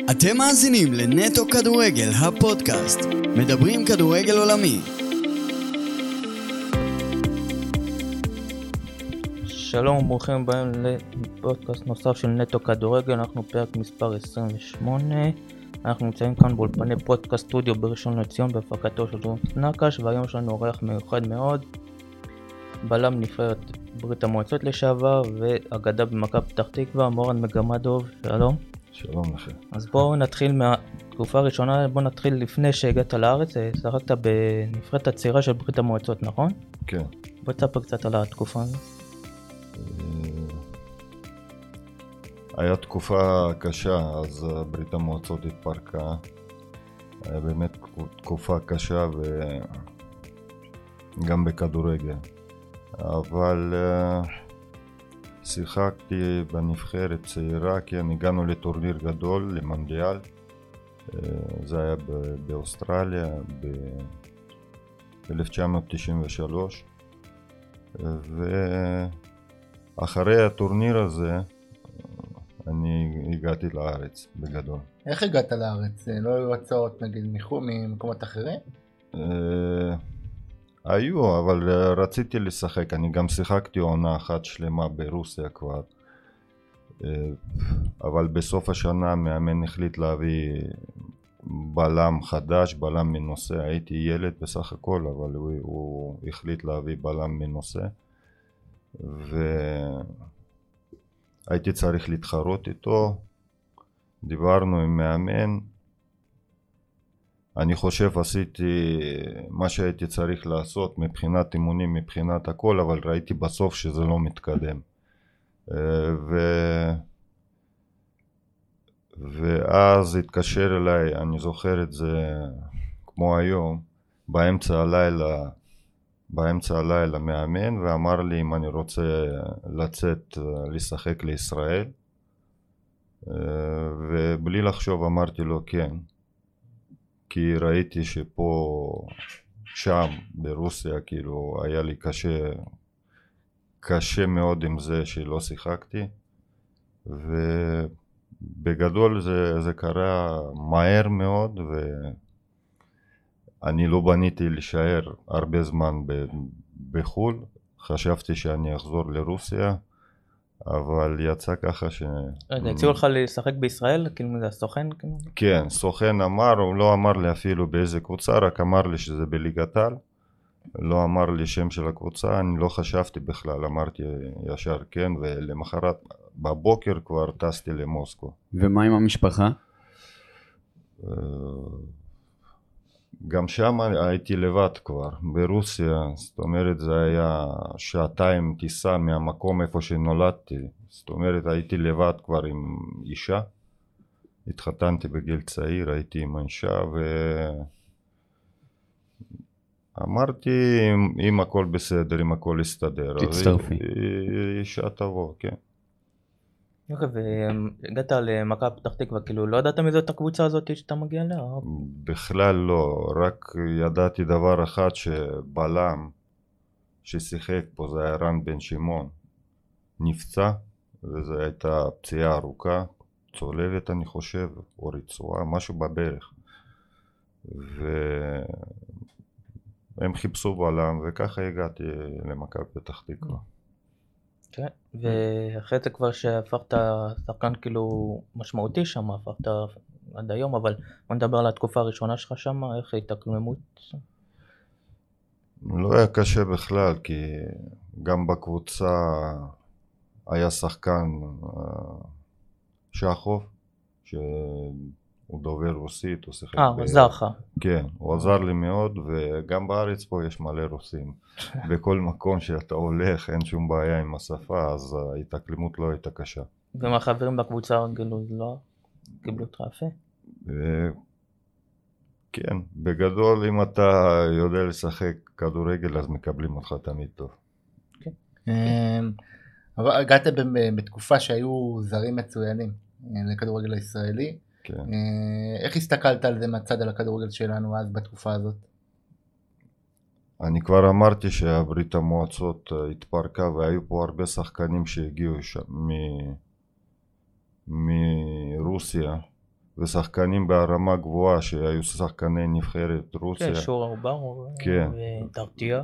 אתם מאזינים לנטו כדורגל, הפודקאסט. מדברים כדורגל עולמי. שלום וברוכים הבאים לפודקאסט נוסף של נטו כדורגל. אנחנו פרק מספר 28. אנחנו נמצאים כאן באולפני פודקאסט סטודיו בראשון לציון בהפקתו של דרום נקש, והיום יש לנו אורח מיוחד מאוד, בלם נבחרת ברית המועצות לשעבר ואגדה במכבי פתח תקווה, מורן מגמדוב. שלום. שלום לכם. אז בואו נתחיל מהתקופה הראשונה. בואו נתחיל לפני שהגעת לארץ. שחקת בנבחרת הצעירה של ברית המועצות, נכון? כן. בוא תספר קצת על התקופה הזאת. היה תקופה קשה, אז ברית המועצות התפרקה. היה באמת תקופה קשה וגם בכדורגל. אבל שיחקתי בנבחרת צעירה, כי הגענו לטורניר גדול, למונדיאל. זה היה באוסטרליה ב-1993. ואחרי הטורניר הזה אני הגעתי לארץ בגדול. איך הגעת לארץ? לא היו הצעות נגיד ממקומות אחרים? היו, אבל רציתי לשחק. אני גם שיחקתי עונה אחת שלמה ברוסיה כבר. אבל בסוף השנה המאמן החליט להביא בלם חדש, בלם מנוסה. הייתי ילד בסך הכל, אבל הוא החליט להביא בלם מנוסה. והייתי צריך להתחרות איתו. דיברנו עם מאמן. אני חושב עשיתי מה שהייתי צריך לעשות מבחינת אימונים, מבחינת הכל, אבל ראיתי בסוף שזה לא מתקדם. ואז התקשר אליי, אני זוכר את זה כמו היום, באמצע הלילה מאמן, ואמר לי אם אני רוצה לצאת לשחק לישראל, ובלי לחשוב אמרתי לו כן, כי ראיתי שם ברוסיה כאילו היה לי קשה מאוד עם זה שלא שיחקתי, ובגדול זה קרה מהר מאוד, ואני לא בניתי להישאר הרבה זמן בחו"ל. חשבתי שאני אחזור לרוסיה, אבל יצא ככה הציעו לך לשחק בישראל? כאילו זה הסוכן? כן, סוכן אמר, הוא לא אמר לי אפילו באיזה קבוצה, רק אמר לי שזה בליגת העל. לא אמר לי שם של הקבוצה, אני לא חשבתי בכלל, אמרתי ישר כן, ולמחרת בבוקר כבר טסתי למוסקו. ומה עם המשפחה? גם שם הייתי לבד כבר, ברוסיה. זאת אומרת זה היה שעתיים טיסה מהמקום איפה שנולדתי. זאת אומרת הייתי לבד כבר עם אישה. התחתנתי בגיל צעיר, הייתי עם האישה, אמרתי אם הכל בסדר, אם הכל יסתדר, תצטרפי. אישה תבוא, כן. והגעת למכבי פתח תקווה, כאילו לא ידעת מזה את הקבוצה הזאת שאתה מגיע אליה? בכלל לא, רק ידעתי דבר אחד, שבלם ששיחק פה זה היה רן בן שמעון, נפצע, וזו הייתה פציעה ארוכה, צולבת אני חושב, או רצועה, משהו בברך, והם חיפשו בלם, וככה הגעתי למכבי פתח תקווה. כן, ואחרי זה כבר שהפכת שחקן כאילו משמעותי שם, הפכת עד היום, אבל בוא נדבר על התקופה הראשונה שלך שם, איך התאקלמות? לא היה קשה בכלל, כי גם בקבוצה היה שחקן שחוב, שהוא דובר רוסית, הוא שיחק הוא עזר לך. כן, הוא עזר לי מאוד, וגם בארץ פה יש מלא רוסים. בכל מקום שאתה הולך אין שום בעיה עם השפה, אז ההתאקלמות לא הייתה קשה. ומהחברים בקבוצה לא קיבלו אותך יפה? כן, בגדול אם אתה יודע לשחק כדורגל אז מקבלים אותך תמיד טוב. אבל הגעת בתקופה שהיו זרים מצוינים לכדורגל הישראלי. כן. איך הסתכלת על זה מהצד על הכדורגל שלנו אז בתקופה הזאת? אני כבר אמרתי שהברית המועצות התפרקה, והיו פה הרבה שחקנים שהגיעו מרוסיה, ושחקנים ברמה גבוהה שהיו שחקני נבחרת רוסיה. כן, שורה אובר, כן. ודרטיה.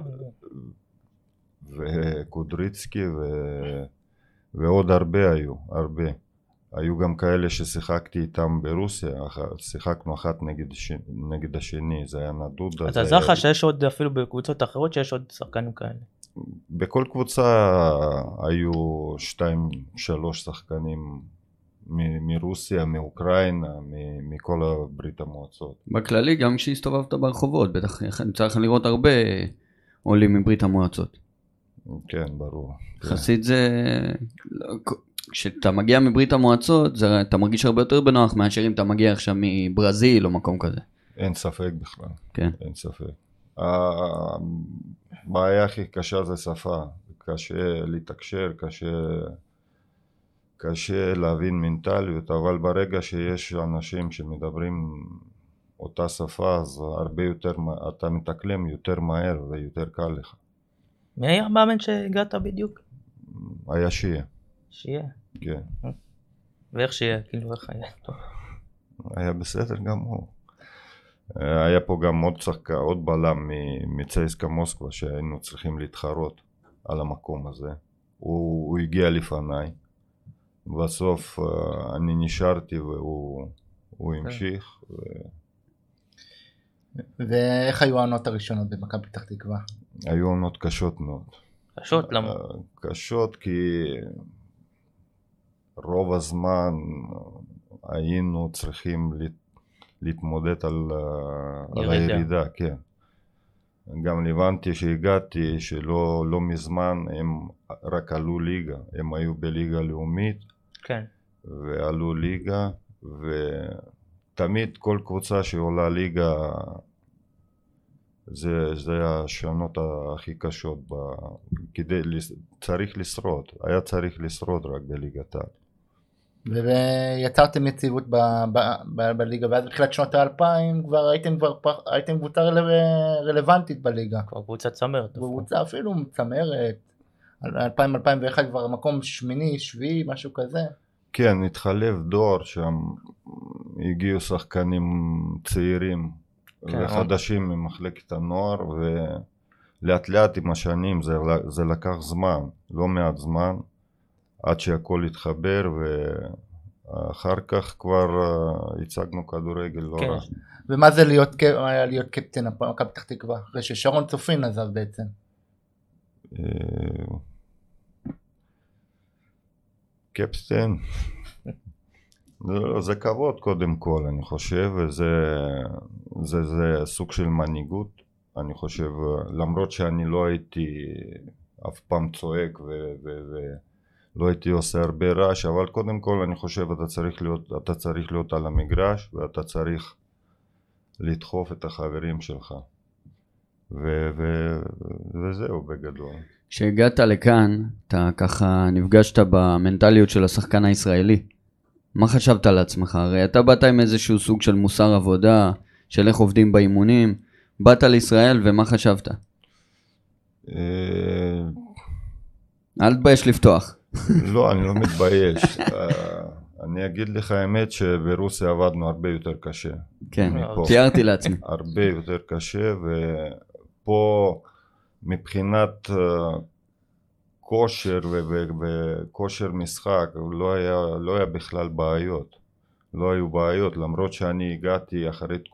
וקודריצקי ועוד הרבה הרבה. היו גם כאלה ששיחקתי איתם ברוסיה, שיחקנו אחת נגד השני, זה היה נדודה. אז הזכה שיש עוד אפילו בקבוצות אחרות שיש עוד שחקנים כאלה. בכל קבוצה היו 2-3 שחקנים מרוסיה, מאוקראינה, מכל הברית המועצות. בכללי גם כשהסתובבת ברחובות, בטח צריך לראות הרבה עולים מברית המועצות. כן, ברור. חסיד זה... כשאתה מגיע מברית המועצות, אתה מרגיש הרבה יותר בנוח מאשר אם אתה מגיע עכשיו מברזיל או מקום כזה. אין ספק בכלל. כן. אין ספק. הבעיה הכי קשה זה שפה. קשה לתקשר, קשה להבין מנטליות, אבל ברגע שיש אנשים שמדברים אותה שפה, אז הרבה יותר, אתה מתאקלם יותר מהר ויותר קל לך. מי היה המאמן שהגעת בדיוק? היה שיהיה. שיהיה. כן. ואיך שיהיה, כאילו איך היה? טוב. היה בסדר גם הוא. היה פה גם עוד בלם מצייסקה מוסקבה שהיינו צריכים להתחרות על המקום הזה. הוא הגיע לפניי. בסוף אני נשארתי והוא המשיך. ואיך היו העונות הראשונות במכבי פתח תקווה? היו עונות קשות מאוד. קשות? למה? קשות כי רוב הזמן היינו צריכים להתמודד על הירידה, כן. גם הבנתי שהגעתי שלא מזמן הם רק עלו ליגה, הם היו בליגה לאומית, כן. ועלו ליגה, ותמיד כל קבוצה שעולה ליגה זה השנות הכי קשות, צריך לשרוד, היה צריך לשרוד רק בליגת העל. ויצרתם יציבות בליגה, ואז בתחילת שנות ה-2000 כבר הייתם קבוצה רלוונטית בליגה. כבר קבוצה צמרת. קבוצה אפילו צמרת, 2000-2001 כבר מקום שמיני, שביעי, משהו כזה. כן, התחלף דור שם, הגיעו שחקנים צעירים וחדשים ממחלקת הנוער, ולאט לאט עם השנים זה לקח זמן, לא מעט זמן, עד שהכל התחבר, ואחר כך כבר הצגנו כדורגל לא רע. ומה זה להיות קפטן מכבי פתח תקווה, אחרי ששרון צופין עזב בעצם? קפטן? זה כבוד קודם כל, אני חושב, וזה סוג של מנהיגות, אני חושב, למרות שאני לא הייתי אף פעם צועק ולא הייתי עושה הרבה רעש, אבל קודם כל אני חושב אתה צריך להיות על המגרש, ואתה צריך לדחוף את החברים שלך, וזהו בגדול. כשהגעת לכאן, אתה ככה נפגשת במנטליות של השחקן הישראלי. מה חשבת על עצמך? הרי אתה באת עם איזשהו סוג של מוסר עבודה, של איך עובדים באימונים, באת לישראל ומה חשבת? אל תבייש לפתוח. לא, אני לא מתבייש. אני אגיד לך האמת שברוסיה עבדנו הרבה יותר קשה. כן, תיארתי לעצמי. הרבה יותר קשה, ופה מבחינת כושר וכושר משחק לא היה בכלל בעיות. לא היו בעיות, למרות שאני הגעתי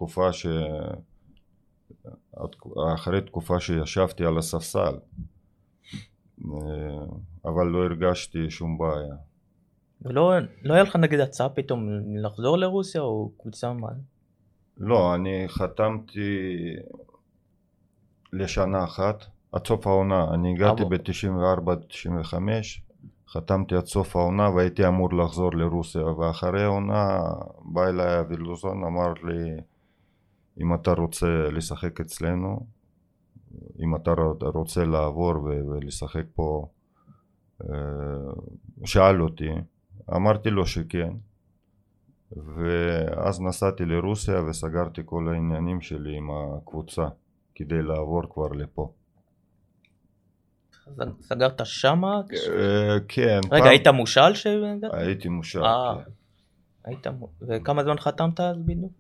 אחרי תקופה שישבתי על הספסל, אבל לא הרגשתי שום בעיה. ולא היה לך נגד הצעה פתאום לחזור לרוסיה או קבוצה מה? לא, אני חתמתי לשנה אחת, עד סוף העונה. אני הגעתי ב-94-95, חתמתי עד סוף העונה והייתי אמור לחזור לרוסיה, ואחרי העונה בא אליי אבילוזון, אמר לי, אם אתה רוצה לשחק אצלנו, אם אתה רוצה לעבור ולשחק פה, שאל אותי, אמרתי לו שכן, ואז נסעתי לרוסיה וסגרתי כל העניינים שלי עם הקבוצה כדי לעבור כבר לפה. סגרת שמה? כן. רגע, היית מושל שהגעת? הייתי מושל, כן. וכמה זמן חתמת אז בדיוק?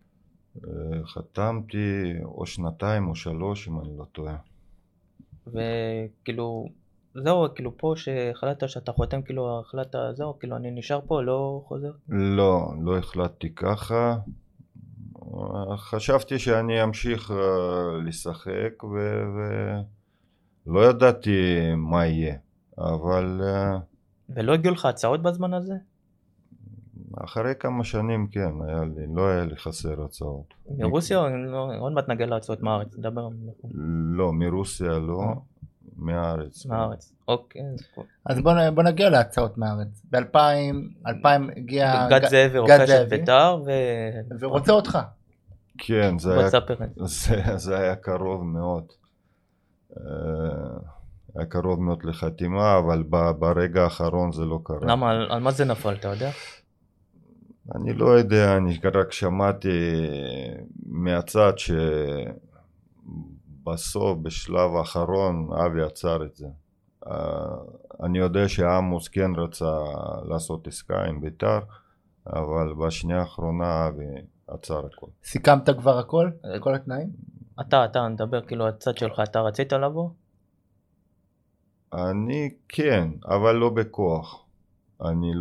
חתמתי או 2 או 3 אם אני לא טועה. וכאילו, זהו, כאילו פה שהחלטת שאתה חותם, כאילו החלטת, זהו, כאילו אני נשאר פה, לא חוזר? לא החלטתי ככה. חשבתי שאני אמשיך לשחק ולא ידעתי מה יהיה, אבל ולא הגיעו לך הצעות בזמן הזה? אחרי כמה שנים כן, לא היה לי חסר הצעות. מרוסיה או עוד מעט נגיע להצעות מהארץ? דבר. לא, מרוסיה לא, מהארץ. מהארץ, אוקיי. אז בוא נגיע להצעות מהארץ. ב-2000 הגיע גד זאבי רוכש את בית"ר ורוצה אותך. כן, זה היה קרוב מאוד. היה קרוב מאוד לחתימה, אבל ברגע האחרון זה לא קרה. למה? על מה זה נפל, אתה יודע? אני לא יודע, אני רק שמעתי מהצד שבסוף, בשלב האחרון, אבי עצר את זה. אני יודע שעמוס כן רצה לעשות עסקה עם בית"ר, אבל בשנייה האחרונה אבי עצר הכל. סיכמת כבר הכל? כל התנאים? אתה נדבר כאילו הצד שלך, אתה רצית לבוא? אני כן, אבל לא בכוח. אני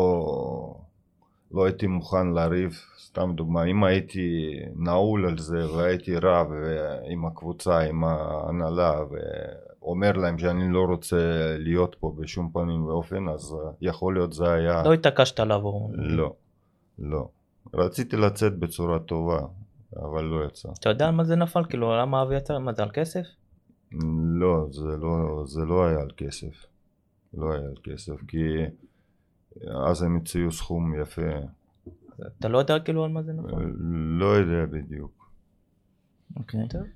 לא הייתי מוכן לריב, סתם דוגמה, אם הייתי נעול על זה והייתי רב עם הקבוצה, עם ההנהלה ואומר להם שאני לא רוצה להיות פה בשום פנים ואופן, אז יכול להיות זה היה... לא התעקשת לעבור? לא. רציתי לצאת בצורה טובה, אבל לא יצא. אתה יודע מה זה נפל? כאילו למה אבי יצא? מה זה על כסף? לא, זה לא היה על כסף. לא היה על כסף, כי אז הם הציעו סכום יפה. אתה לא יודע כאילו על מה זה נפל? לא יודע בדיוק. אוקיי.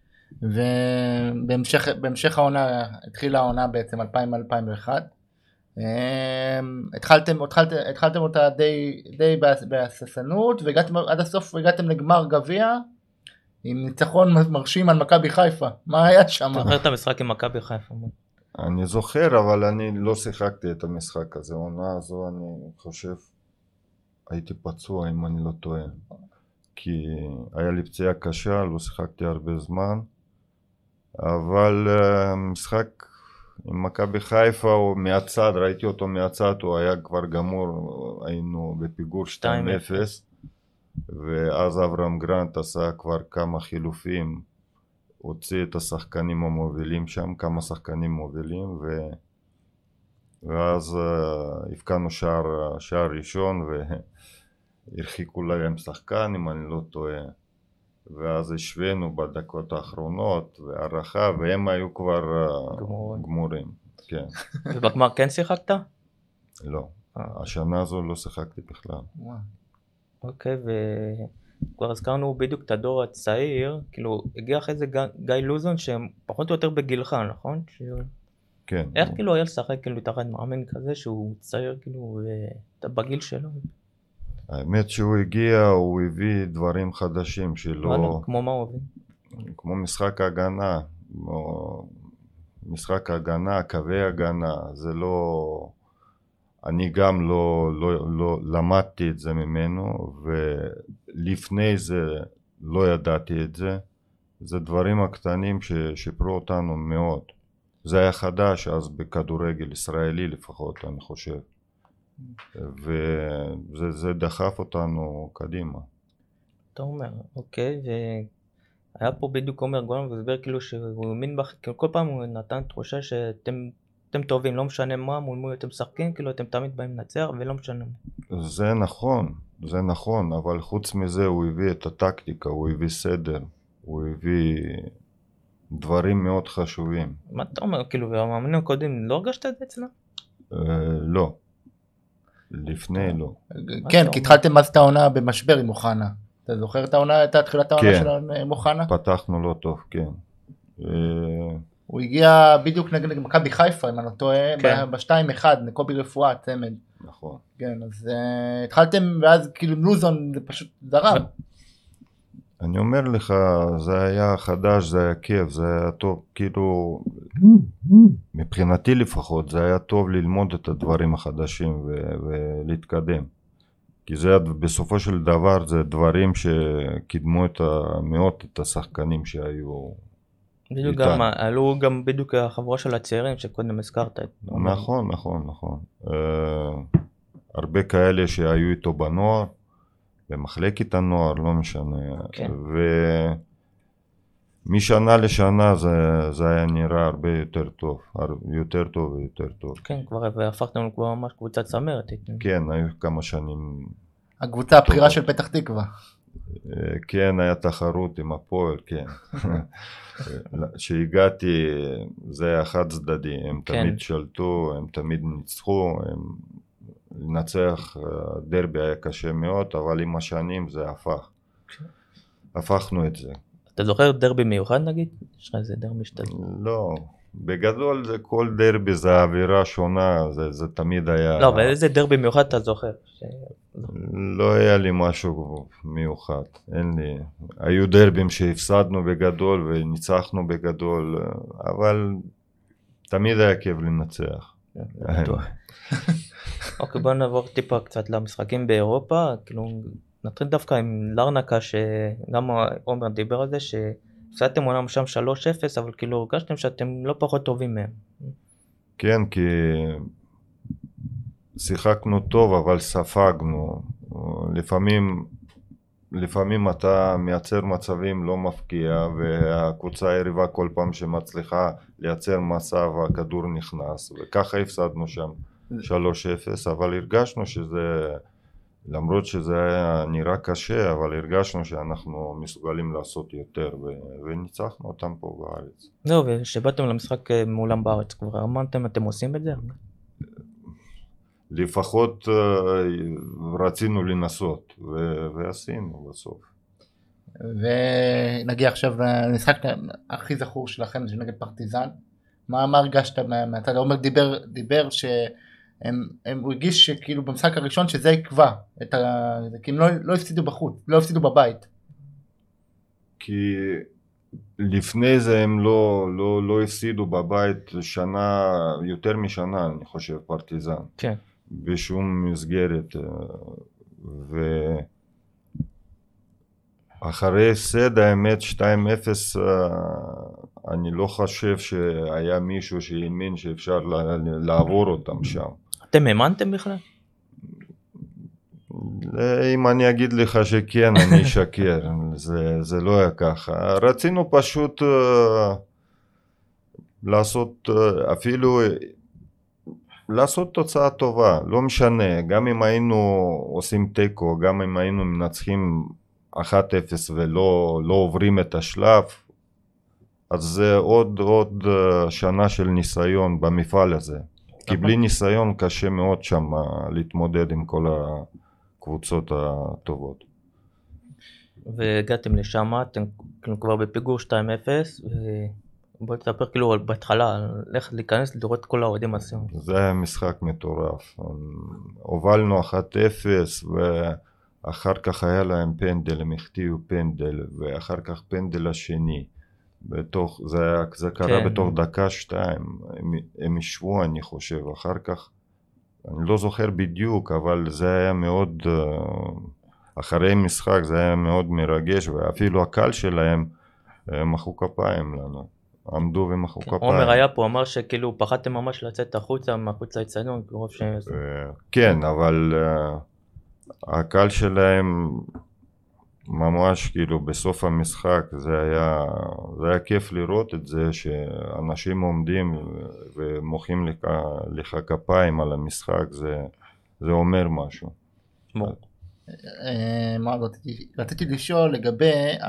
ובהמשך העונה, התחילה העונה בעצם 2000-2001. התחלתם אותה די בהססנות, ועד הסוף הגעתם לגמר גביע עם ניצחון מרשים על מכבי חיפה. מה היה שם? אתה זוכר את המשחק עם מכבי חיפה? אני זוכר, אבל אני לא שיחקתי את המשחק הזה. העונה הזו אני חושב הייתי פצוע אם אני לא טועה, כי היה לי פציעה קשה, לא שיחקתי הרבה זמן, אבל משחק עם מכבי חיפה הוא מהצד, ראיתי אותו מהצד, הוא היה כבר גמור, היינו בפיגור 2-0, ואז אברהם גרנט עשה כבר כמה חילופים, הוציא את השחקנים המובילים שם, כמה שחקנים מובילים, ואז הפקענו שער ראשון והרחיקו להם שחקן אם אני לא טועה, ואז השווינו בדקות האחרונות והערכה, והם היו כבר גמורים. כן. ובגמר כן שיחקת? לא, השנה הזו לא שיחקתי בכלל. אוקיי, וכבר הזכרנו בדיוק את הדור הצעיר, כאילו הגיע אחרי זה גיא לוזון שהם פחות או יותר בגילך, נכון? כן. איך כאילו היה לשחק כאילו תחת מאמן כזה שהוא צעיר כאילו בגיל שלו? האמת שהוא הגיע, הוא הביא דברים חדשים שלא... כמו מה הוא הביא? כמו משחק הגנה, משחק הגנה, קווי הגנה, זה לא... אני גם לא למדתי את זה ממנו, ולפני זה לא ידעתי את זה. זה דברים הקטנים ששיפרו אותנו מאוד. זה היה חדש אז בכדורגל ישראלי לפחות, אני חושב. וזה דחף אותנו קדימה. אתה אומר, אוקיי, והיה פה בדיוק עומר גולן והסבר כאילו שהוא האמין בך, כאילו כל פעם הוא נתן תחושה שאתם טובים, לא משנה מה, מול מי אתם משחקים, כאילו אתם תמיד באים לנצח ולא משנה מה. זה נכון, אבל חוץ מזה הוא הביא את הטקטיקה, הוא הביא סדר, הוא הביא דברים מאוד חשובים. מה אתה אומר, כאילו, והמאמנים הקודמים לא הרגשת את זה אצלם? לא. לפני לא. כן, כי התחלתם אז את העונה במשבר עם מוחנה. אתה זוכר את העונה, את תחילת העונה של מוחנה? פתחנו לא טוב, כן. הוא הגיע בדיוק נגד מכבי חיפה, אם אני לא טועה, ב-2-1, קובי רפואה, צמד. נכון. כן, אז התחלתם, ואז כאילו לוזון זה פשוט זרם. אני אומר לך, זה היה חדש, זה היה כיף, זה היה טוב, כאילו, מבחינתי לפחות, זה היה טוב ללמוד את הדברים החדשים ולהתקדם. כי זה בסופו של דבר זה דברים שקידמו מאוד את השחקנים שהיו בדיוק איתנו. גם, עלו גם בדיוק החבורה של הצעירים שקודם הזכרת. נכון. הרבה כאלה שהיו איתו בנוער, במחלקת הנוער, לא משנה. כן. ומשנה לשנה זה היה נראה הרבה יותר טוב, יותר טוב ויותר טוב. כן, כבר והפכתם כבר ממש קבוצת צמרת. כן, היו כמה שנים. הקבוצה הבחירה של פתח תקווה. כן, היה תחרות עם הפועל, כן. שהגעתי, זה היה חד צדדי, הם תמיד שלטו, הם תמיד ניצחו, לנצח דרבי היה קשה מאוד, אבל עם השנים זה הפכנו את זה. אתה זוכר דרבי מיוחד נגיד? יש לך איזה דרבי שאתה... לא, בגדול זה כל דרבי זה אווירה שונה, זה תמיד היה... לא, אבל איזה דרבי מיוחד אתה זוכר? לא היה לי משהו מיוחד, אין לי. היו דרבים שהפסדנו בגדול וניצחנו בגדול, אבל תמיד היה כיף לנצח. אוקיי, בוא נעבור טיפה קצת למשחקים באירופה, כאילו נתחיל דווקא עם לרנקה, שגם עומר דיבר על זה, שהפסדתם עולם שם 3-0, אבל כאילו הרגשתם שאתם לא פחות טובים מהם. כן, כי שיחקנו טוב, אבל ספגנו. לפעמים אתה מייצר מצבים לא מפקיע, והקבוצה היריבה כל פעם שמצליחה לייצר מצב, הכדור נכנס, וככה הפסדנו שם 3-0, אבל הרגשנו שזה, למרות שזה היה נראה קשה, אבל הרגשנו שאנחנו מסוגלים לעשות יותר, וניצחנו אותם פה בארץ. זהו, ושבאתם למשחק מעולם בארץ, כבר אמרתם, אתם עושים את זה? לפחות רצינו לנסות, ועשינו בסוף. ונגיע עכשיו למשחק הכי זכור שלכם, זה נגד פרטיזן. מה הרגשת מהצד? עומר דיבר הוא הרגיש שכאילו במשחק הראשון שזה יקבע, כי הם לא הפסידו בחוץ, לא הפסידו בבית. כי לפני זה הם לא הפסידו בבית יותר משנה, אני חושב, פרטיזן. כן. בשום מסגרת, ואחרי הפסד האמת 2-0, אני לא חושב שהיה מישהו שהאמין שאפשר לעבור אותם שם. אתם האמנתם בכלל? אם אני אגיד לך שכן, אני אשקר, זה לא היה ככה. רצינו פשוט לעשות אפילו לעשות תוצאה טובה, לא משנה, גם אם היינו עושים טקו, גם אם היינו מנצחים 1-0 ולא עוברים את השלב, אז זה עוד שנה של ניסיון במפעל הזה. כי בלי ניסיון קשה מאוד שם להתמודד עם כל הקבוצות הטובות. והגעתם לשם, אתם כבר בפיגור 2-0, בוא תספר כאילו בהתחלה, לך להיכנס לראות כל האוהדים עשינו. זה היה משחק מטורף. הובלנו 1-0 ואחר כך היה להם פנדל, הם החטיאו פנדל, ואחר כך פנדל השני. זה קרה בתוך דקה-שתיים, הם ישבו אני חושב, אחר כך, אני לא זוכר בדיוק, אבל זה היה מאוד, אחרי משחק זה היה מאוד מרגש, ואפילו הקהל שלהם מחאו כפיים לנו. עמדו ומחאו כפיים. עומר היה פה, אמר שכאילו פחדתם ממש לצאת החוצה, מחוץ לאצטדיון, ברוב ש... כן, אבל הקהל שלהם ממש כאילו בסוף המשחק, זה היה כיף לראות את זה, שאנשים עומדים ומוחאים לך כפיים על המשחק, זה אומר משהו. מה רציתי לשאול לגבי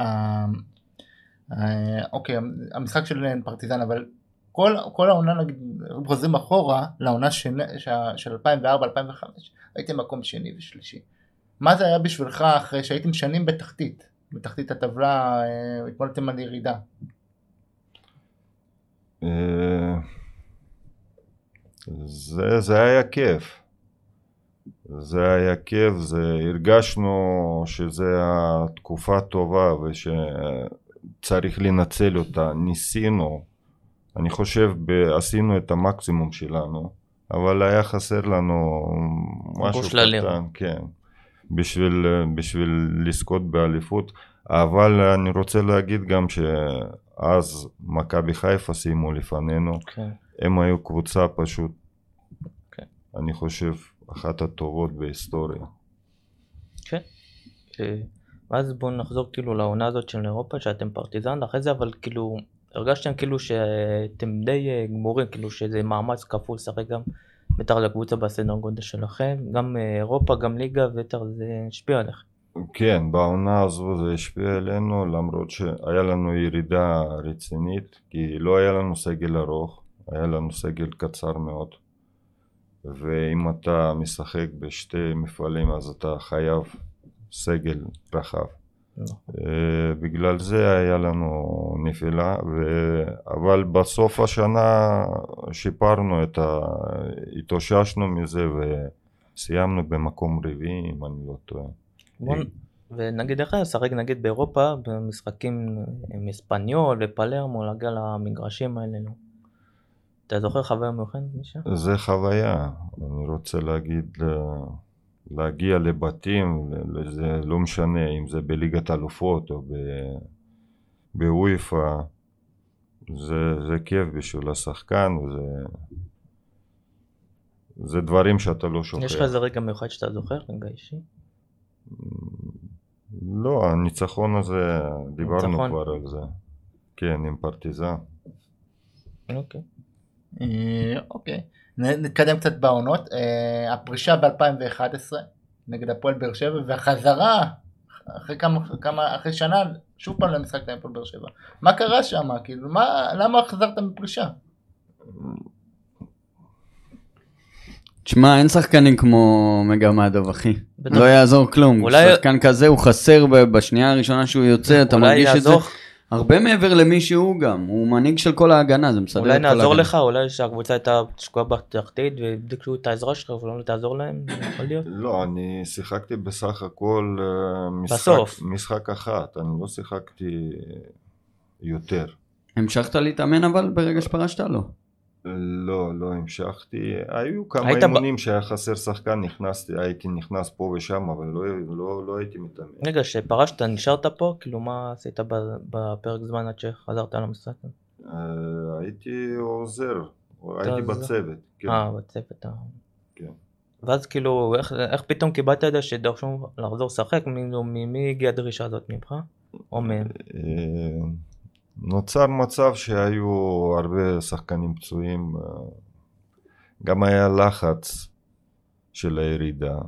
אוקיי, המשחק של פרטיזן, אבל כל העונה, חוזרים אחורה לעונה של 2004-2005, הייתם מקום שני ושלישי. מה זה היה בשבילך אחרי שהייתם שנים בתחתית הטבלה, התמודדתם על ירידה? זה היה כיף. הרגשנו שזה התקופה טובה ושצריך לנצל אותה. ניסינו, אני חושב עשינו את המקסימום שלנו, אבל היה חסר לנו משהו קטן, כן. בשביל לזכות באליפות, אבל אני רוצה להגיד גם שאז מכבי חיפה סיימו לפנינו, הם היו קבוצה פשוט, אני חושב, אחת הטובות בהיסטוריה. כן. ואז בואו נחזור כאילו לעונה הזאת של אירופה, שאתם פרטיזן, אחרי זה אבל כאילו, הרגשתם כאילו שאתם די גמורים, כאילו שזה מאמץ כפול, שחק גם בטח לקבוצה בסדר גודל שלכם, גם אירופה, גם ליגה, ובטח זה השפיע עליכם. כן, בעונה הזו זה השפיע עלינו, למרות שהיה לנו ירידה רצינית, כי לא היה לנו סגל ארוך, היה לנו סגל קצר מאוד, ואם אתה משחק בשתי מפעלים אז אתה חייב סגל רחב. בגלל זה היה לנו נפילה, אבל בסוף השנה שיפרנו התאוששנו מזה וסיימנו במקום רביעי, אם אני לא טועה. ונגיד איך לשחק נגיד באירופה במשחקים עם אספניול ופלרמו, להגיע למגרשים האלה, אתה זוכר חוויה מיוחדת מישה? זה חוויה, אני רוצה להגיד, להגיע לבתים, זה לא משנה אם זה בליגת אלופות או באויפה, זה כיף בשביל השחקן, זה דברים שאתה לא שוכח. יש לך איזה רגע מיוחד שאתה זוכר, רגע אישי? לא, הניצחון הזה, דיברנו כבר על זה. כן, עם פרטיזן. אוקיי. אוקיי. נתקדם קצת בעונות. הפרישה ב-2011 נגד הפועל באר שבע, והחזרה אחרי שנה שוב פעם למשחק עם הפועל באר שבע. מה קרה שם? כאילו, למה חזרת מפרישה? תשמע, אין שחקנים כמו מגמדוב, אחי. לא יעזור כלום. שחקן כזה הוא חסר בשנייה הראשונה שהוא יוצא, אתה מרגיש את זה הרבה מעבר למי שהוא גם. הוא מנהיג של כל ההגנה, זה מסדר את כל ההגנה. אולי נעזור לך, אולי שהקבוצה הייתה שקועה בתחתית ובדקו את העזרה שלך ולא תעזור להם, יכול להיות? לא, אני שיחקתי בסך הכל משחק אחת, אני לא שיחקתי יותר. המשכת להתאמן אבל ברגע שפרשת לא? לא המשכתי, היו כמה אימונים שהיה חסר שחקן, הייתי נכנס פה ושם, אבל לא הייתי מתאמן. רגע, שפרשת, נשארת פה? כאילו מה עשית בפרק זמן עד שחזרת למשחק? הייתי עוזר, הייתי בצוות. בצוות. כן. ואז כאילו, איך פתאום קיבלת את זה שדרשו לחזור לשחק? מי הגיעה הדרישה הזאת ממך? או מהם? נוצר מצב שהיו הרבה שחקנים פצועים, גם היה לחץ של הירידה,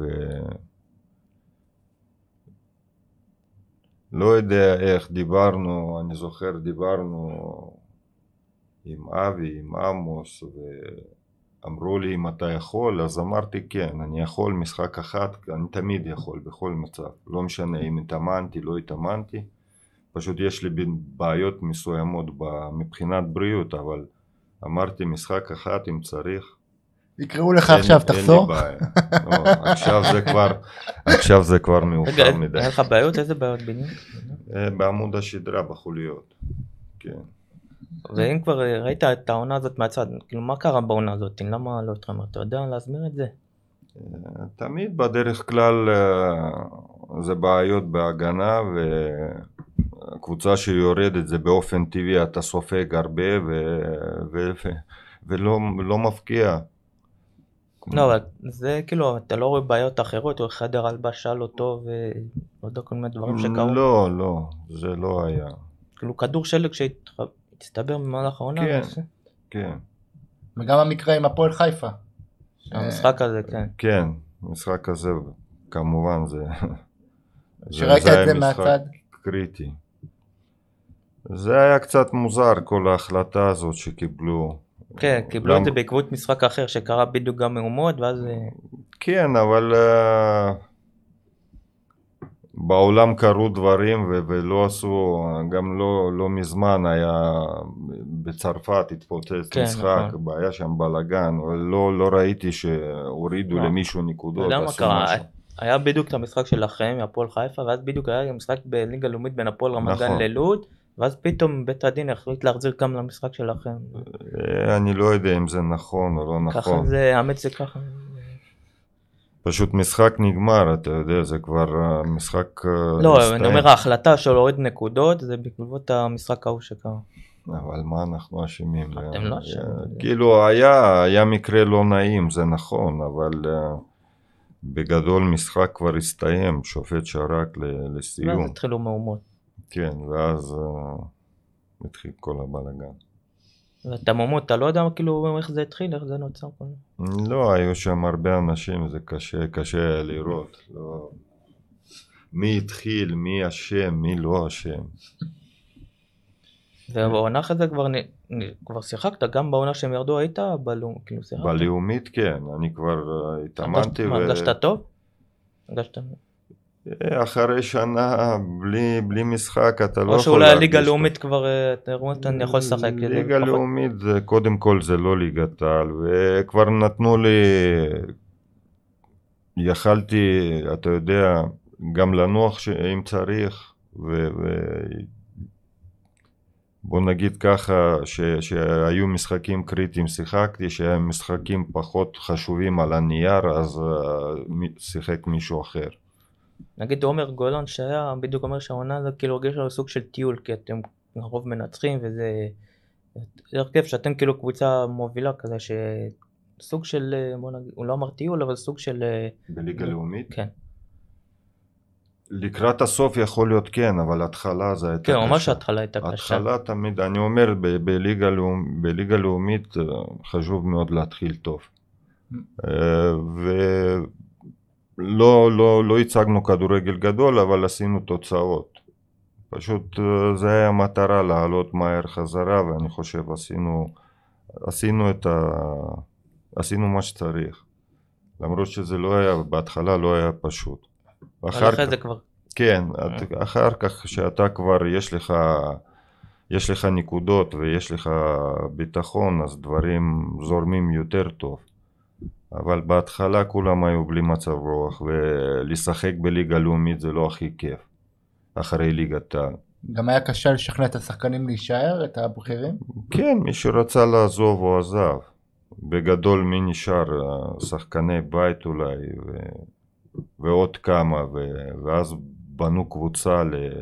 ולא יודע איך דיברנו, אני זוכר דיברנו עם אבי, עם עמוס, ואמרו לי אם אתה יכול, אז אמרתי כן, אני יכול משחק אחת, אני תמיד יכול בכל מצב, לא משנה אם התאמנתי, לא התאמנתי, פשוט יש לי בעיות מסוימות מבחינת בריאות, אבל אמרתי משחק אחת אם צריך. יקראו לך עכשיו, תחזור? אין לי בעיה. עכשיו זה כבר מאוחר מדי. אין לך בעיות? איזה בעיות בדיוק? בעמוד השדרה בחוליות. כן. ואם כבר ראית את העונה הזאת מהצד, כאילו מה קרה בעונה הזאת? למה לא התחמר? אתה יודע להסביר את זה? תמיד בדרך כלל זה בעיות בהגנה, קבוצה שיורדת זה באופן טבעי, אתה סופג הרבה ולא מפקיע. לא, אבל זה כאילו, אתה לא רואה בעיות אחרות, או חדר הלבשה לא טוב, ולא יודע כל מיני דברים שקרו? לא, זה לא היה. כאילו כדור שלג שהצטבר במהלך העונה? כן. וגם המקרה עם הפועל חיפה. המשחק הזה, כן. כן, המשחק הזה, כמובן זה... שראית את זה מהצד? קריטי. זה היה קצת מוזר כל ההחלטה הזאת שקיבלו. כן, קיבלו את זה בעקבות משחק אחר שקרה בדיוק גם מהומות ואז... כן, אבל בעולם קרו דברים ולא עשו, גם לא מזמן היה בצרפת התפוצץ משחק, היה שם בלגן, אבל לא ראיתי שהורידו למישהו נקודות. למה קרה? היה בדיוק את המשחק שלכם, הפועל חיפה, ואז בדיוק היה משחק בליגה לאומית בין הפועל רמת גן ללוד, ואז פתאום בית הדין החליט להחזיר גם למשחק שלכם. אני לא יודע אם זה נכון או לא נכון. ככה זה, האמת זה ככה. פשוט משחק נגמר, אתה יודע, זה כבר משחק לא, הסתיים. אני אומר, ההחלטה של להוריד נקודות זה בעקבות המשחק ההוא שקרה. אבל מה אנחנו אשמים? אתם לא אשמים. כאילו היה מקרה לא נעים, זה נכון, אבל בגדול משחק כבר הסתיים, שופט שרק לסיום. ואז התחילו מהומות. כן, ואז התחיל כל הבלגן. ואת המהומות, אתה לא יודע כאילו איך זה התחיל, איך זה נוצר כל זה? לא, היו שם הרבה אנשים, זה קשה לראות. לא. מי התחיל, מי אשם, מי לא אשם. ובעונה אחרי זה כבר שיחקת, גם בעונה שהם ירדו היית בלאומית, כאילו שיחקת? בלאומית כן, אני כבר התאמנתי. הרגשת טוב? הרגשת? אחרי שנה בלי משחק אתה לא יכול או שאולי הליגה הלאומית כבר, אני יכול לשחק. ליגה לאומית קודם כל זה לא ליגת העל, וכבר נתנו לי, יכלתי, אתה יודע, גם לנוח אם צריך, בוא נגיד ככה, שהיו משחקים קריטיים שיחקתי, שהיו משחקים פחות חשובים על הנייר, אז שיחק מישהו אחר. נגיד עומר גולן שהיה בדיוק אומר שהעונה זה כאילו הרגיש לו סוג של טיול, כי אתם הרוב מנצחים וזה הרכב שאתם כאילו קבוצה מובילה כזה שסוג של, בוא נגיד, הוא לא אמר טיול אבל סוג של... בליגה לאומית? כן. לקראת הסוף יכול להיות כן, אבל התחלה זה הייתה קשה. כן, ממש ההתחלה הייתה קשה. התחלה תמיד, אני אומר בליגה לאומית חשוב מאוד להתחיל טוב. לא הצגנו כדורגל גדול, אבל עשינו תוצאות. פשוט זה היה המטרה לעלות מהר חזרה, ואני חושב עשינו מה שצריך. למרות שזה לא היה, בהתחלה לא היה פשוט. אחרי זה כבר. כן, אחר כך שאתה כבר יש לך נקודות ויש לך ביטחון, אז דברים זורמים יותר טוב. אבל בהתחלה כולם היו בלי מצב רוח, ולשחק בליגה לאומית זה לא הכי כיף, אחרי ליגת העל. גם היה קשה לשכנע את השחקנים להישאר, את הבכירים? כן, מי שרצה לעזוב הוא עזב. בגדול מי נשאר, שחקני בית אולי, ועוד כמה, ואז בנו קבוצה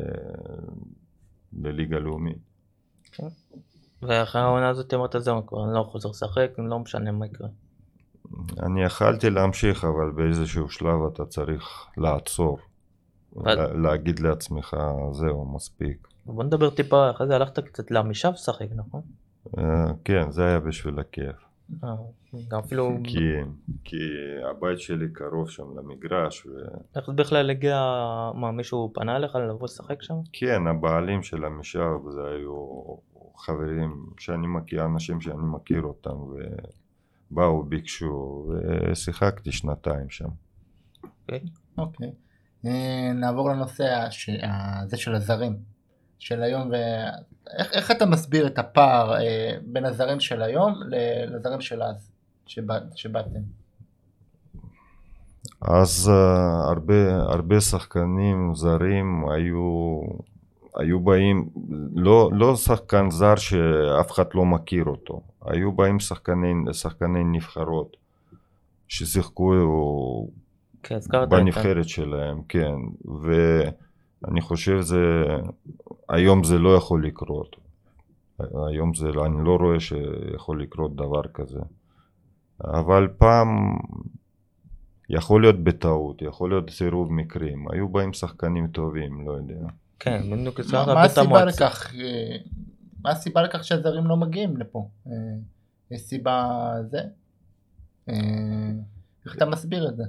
לליגה לאומית. ואחרי העונה הזאת אמרת זהו, כבר אני לא חוזר לשחק, לא משנה מה יקרה. אני יכלתי להמשיך, אבל באיזשהו שלב אתה צריך לעצור, להגיד לעצמך, זהו, מספיק. בוא נדבר טיפה, אחרי זה הלכת קצת למשב לשחק, נכון? כן, זה היה בשביל הכיף. גם אפילו... כי הבית שלי קרוב שם למגרש. איך בכלל הגיע, מה, מישהו פנה אליך לבוא לשחק שם? כן, הבעלים של המשב זה היו חברים שאני מכיר, אנשים שאני מכיר אותם, באו, ביקשו, ושיחקתי 2 שם. אוקיי. נעבור לנושא הזה של הזרים, של היום, איך אתה מסביר את הפער בין הזרים של היום לזרים של אז, שבאתם? אז הרבה שחקנים זרים היו באים, לא שחקן זר שאף אחד לא מכיר אותו, היו באים שחקני נבחרות ששיחקו בנבחרת שלהם, כן, ואני חושב היום זה לא יכול לקרות, היום אני לא רואה שיכול לקרות דבר כזה, אבל פעם יכול להיות בטעות, יכול להיות סירוב מקרים, היו באים שחקנים טובים, לא יודע. כן, בדיוק. מה הסיבה לכך שהזרים לא מגיעים לפה? יש סיבה זה? איך אתה מסביר את זה?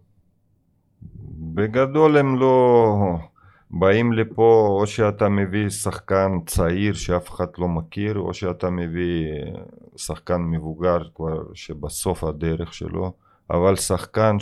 בגדול הם לא באים לפה, או שאתה מביא שחקן צעיר שאף אחד לא מכיר, או שאתה מביא שחקן מבוגר כבר שבסוף הדרך שלו, אבל שחקן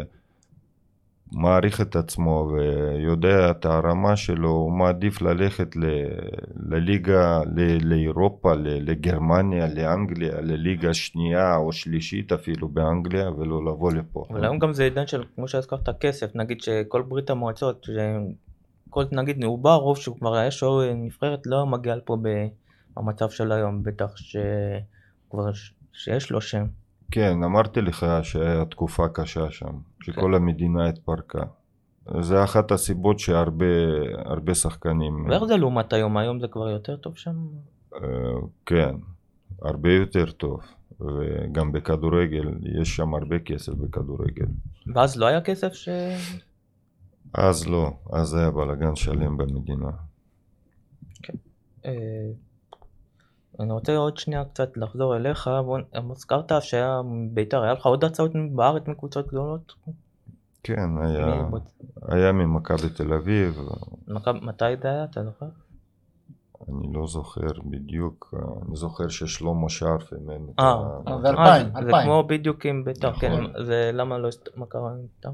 מעריך את עצמו ויודע את הרמה שלו, הוא מעדיף ללכת לליגה, לאירופה, לגרמניה, לאנגליה, לליגה שנייה או שלישית אפילו באנגליה, ולא לבוא לפה. אבל היום גם זה עידן של, כמו שהזכרת, כסף, נגיד שכל ברית המועצות, כל נגיד נעובר, רוב שהוא כבר יש או נבחרת לא מגיע לפה במצב של היום, בטח שיש לו שם. כן, אמרתי לך שהיה תקופה קשה שם, שכל המדינה התפרקה. זה אחת הסיבות שהרבה שחקנים... ואיך זה לעומת היום? היום זה כבר יותר טוב שם? כן, הרבה יותר טוב. וגם בכדורגל, יש שם הרבה כסף בכדורגל. ואז לא היה כסף אז לא, אז היה בלגן שלם במדינה. אני רוצה עוד שנייה קצת לחזור אליך. הזכרת שהיה בית"ר, היה לך עוד הצעות בארץ מקבוצות גדולות? כן, היה ממכבי תל אביב. מתי זה היה, אתה זוכר? אני לא זוכר בדיוק, אני זוכר ששלמה שרף אימן את זה 2000. זה כמו בדיוק עם בית"ר, כן, זה למה לא, מה קרה עם בית"ר?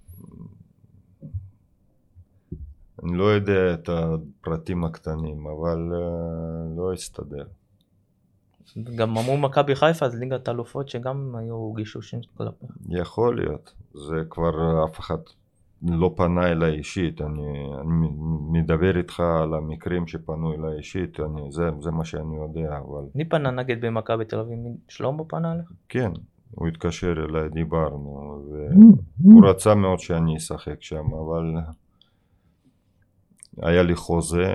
אני לא יודע את הפרטים הקטנים, אבל לא הסתדר. גם אמרו מכבי חיפה, אז ליגת האלופות שגם היו גישושים כלפי. יכול להיות, זה כבר אף אחד לא פנה אליי אישית, אני מדבר איתך על המקרים שפנו אליי אישית, זה מה שאני יודע, אבל... מי פנה נגד במכבי תל אביב? שלמה פנה אליך? כן, הוא התקשר אליי, דיברנו, והוא רצה מאוד שאני אשחק שם, אבל היה לי חוזה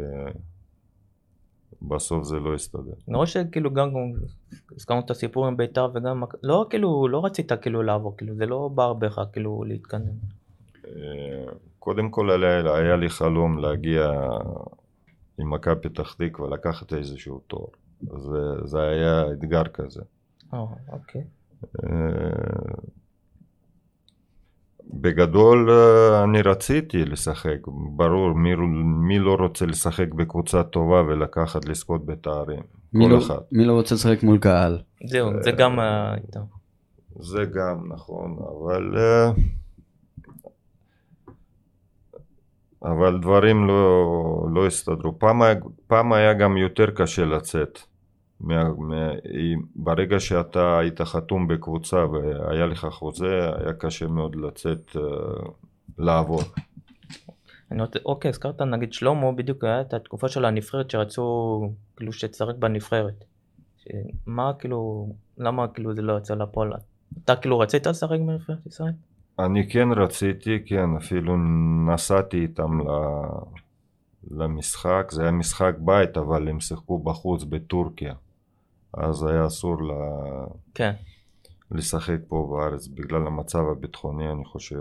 ובסוף זה לא הסתדר. אני רואה שכאילו גם הזכרנו את הסיפור עם בית"ר וגם, לא כאילו, לא רצית כאילו לעבור, כאילו זה לא בער בך כאילו להתקדם. קודם כל היה לי חלום להגיע עם מכבי פתח תקווה ולקחת איזשהו תואר, זה היה אתגר כזה. אוקיי. בגדול אני רציתי לשחק, ברור, מי לא רוצה לשחק בקבוצה טובה ולקחת לזכות בתארים, כל אחד. מי לא רוצה לשחק מול קהל? זהו, זה גם הייתה. זה גם נכון, אבל דברים לא הסתדרו. פעם היה גם יותר קשה לצאת. ברגע שאתה היית חתום בקבוצה והיה לך חוזה, היה קשה מאוד לצאת לעבוד. אוקיי, הזכרת נגיד שלמה, בדיוק היה את התקופה של הנבחרת שרצו כאילו שתשחק בנבחרת. מה כאילו, למה כאילו זה לא יצא לפועל? אתה כאילו רצית לשחק בנבחרת ישראל? אני כן רציתי, כן, אפילו נסעתי איתם למשחק, זה היה משחק בית, אבל הם שיחקו בחוץ בטורקיה, אז היה אסור לשחק פה בארץ בגלל המצב הביטחוני, אני חושב.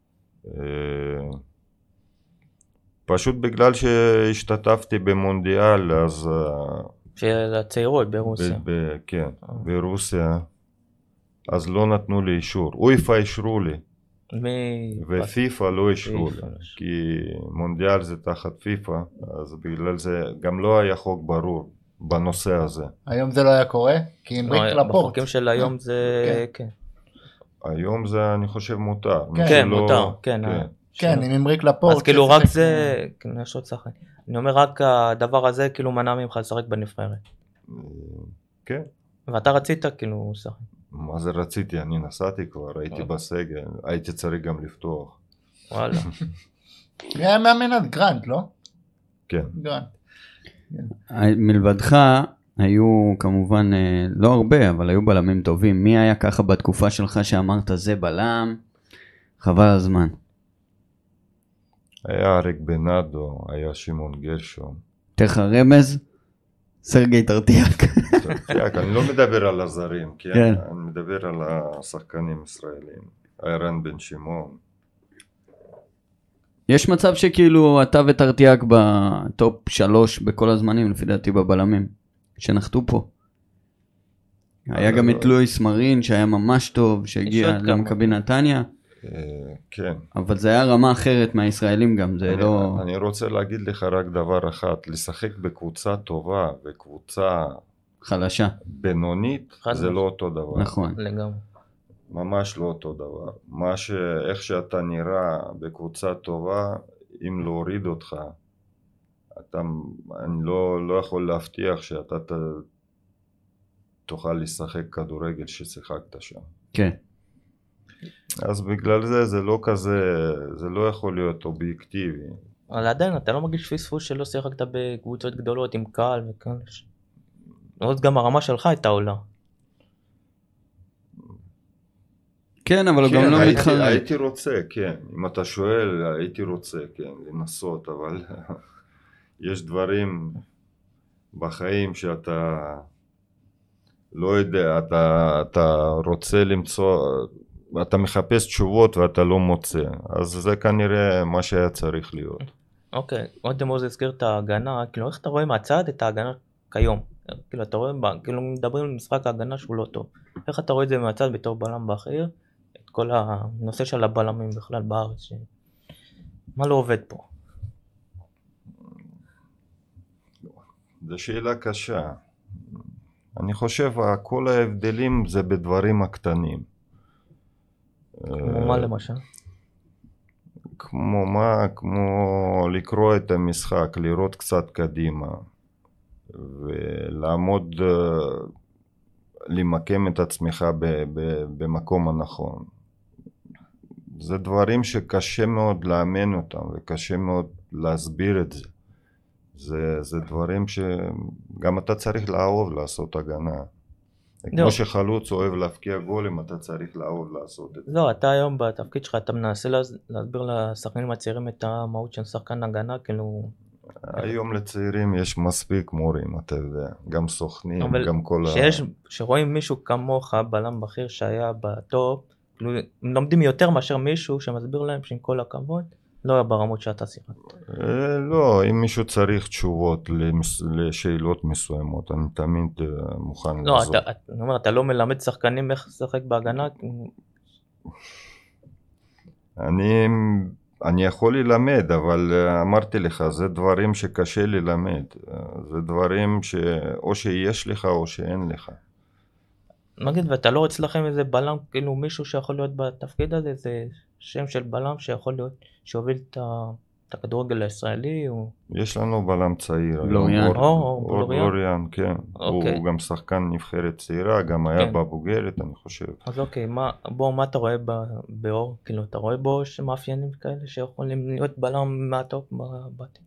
פשוט בגלל שהשתתפתי במונדיאל, אז... של הצעירות ברוסיה. כן, ברוסיה, אז לא נתנו לי אישור. אויפה אישרו לי. ופיפה לא אישרו לי, כי מונדיאל זה תחת פיפה, אז בגלל זה גם לא היה חוק ברור בנושא הזה. היום זה לא היה קורה? כי עם ריק לפורט. בחוקים של היום זה... כן. היום זה אני חושב מותר. כן, מותר, כן. כן, עם ריק לפורט. אז כאילו רק זה... יש עוד שחק. אני אומר רק הדבר הזה כאילו מנע ממך לשחק בנבחרת. כן. ואתה רצית כאילו לשחק. מה זה רציתי? אני נסעתי כבר, הייתי בסגל, הייתי צריך גם לפתוח. וואלה. היה מאמנת גרנט, לא? כן. גרנט. מלבדך היו כמובן לא הרבה, אבל היו בלמים טובים. מי היה ככה בתקופה שלך שאמרת זה בלם? חבל הזמן. היה אריק בנאדו, היה שמעון גרשון. תך רמז? סרגי טרטיאק. אני לא מדבר על הזרים, כן. אני מדבר על השחקנים ישראלים. רן בן שמעון. יש מצב שכאילו אתה וטרטיאק בטופ 3 בכל הזמנים, לפי דעתי בבלמים, שנחתו פה. היה גם את לואיס מרין שהיה ממש טוב, שהגיע למכבי נתניה. כן. אבל זה היה רמה אחרת מהישראלים גם, זה לא... אני רוצה להגיד לך רק דבר אחד, לשחק בקבוצה טובה וקבוצה חלשה, בינונית, זה לא אותו דבר. נכון. לגמרי. ממש לא אותו דבר. איך שאתה נראה בקבוצה טובה, אם להוריד אותך, אני לא יכול להבטיח שאתה תוכל לשחק כדורגל ששיחקת שם. כן. אז בגלל זה לא כזה, זה לא יכול להיות אובייקטיבי. אבל עדיין אתה לא מרגיש פספוס שלא שיחקת בקבוצות גדולות עם קהל וכאלה. עוד גם הרמה שלך הייתה עולה. כן, אבל הוא גם לא מתחרט. הייתי רוצה, כן. אם אתה שואל, הייתי רוצה, כן, לנסות, אבל יש דברים בחיים שאתה לא יודע, אתה רוצה למצוא, אתה מחפש תשובות ואתה לא מוצא, אז זה כנראה מה שהיה צריך להיות. אוקיי, עוד דמוז הזכיר את ההגנה, כאילו איך אתה רואה מהצד את ההגנה כיום? כאילו אתה רואה, כאילו מדברים על משחק ההגנה שהוא לא טוב. איך אתה רואה את זה מהצד בתור בלם בכיר? את כל הנושא של הבלמים בכלל בארץ, מה לא עובד פה? זו שאלה קשה. אני חושב כל ההבדלים זה בדברים הקטנים. כמו מה למשל? כמו מה? כמו לקרוא את המשחק, לראות קצת קדימה ולעמוד, למקם את עצמך במקום הנכון. זה דברים שקשה מאוד לאמן אותם וקשה מאוד להסביר את זה. זה דברים שגם אתה צריך לאהוב לעשות הגנה. כמו שחלוץ אוהב להפקיע גולים, אתה צריך לאהוב לעשות את זה. לא, אתה היום בתפקיד שלך, אתה מנסה להסביר לשחקנים הצעירים את המהות של שחקן הגנה, כאילו... היום לצעירים יש מספיק מורים, אתה יודע, גם סוכנים, גם כל שרואים מישהו כמוך, בלם בכיר שהיה בטופ, כאילו, הם לומדים יותר מאשר מישהו שמסביר להם שעם כל הכבוד, לא היה ברמות שאתה שיחקת. לא, אם מישהו צריך תשובות לשאלות מסוימות, אני תמיד מוכן לעזור. לא, אתה לא מלמד שחקנים איך לשחק בהגנה? אני יכול ללמד, אבל אמרתי לך, זה דברים שקשה ללמד. זה דברים שאו שיש לך או שאין לך. נגיד, ואתה לא רוצה לכם איזה בלם, כאילו מישהו שיכול להיות בתפקיד הזה, איזה שם של בלם שיכול להיות, שהוביל את הכדורגל הישראלי? יש לנו בלם צעיר. לוריאן, כן. הוא גם שחקן נבחרת צעירה, גם היה בבוגרת, אני חושב. אז אוקיי, מה אתה רואה באור? כאילו, אתה רואה בו שמאפיינים כאלה שיכולים להיות בלם מהטופ בבתים?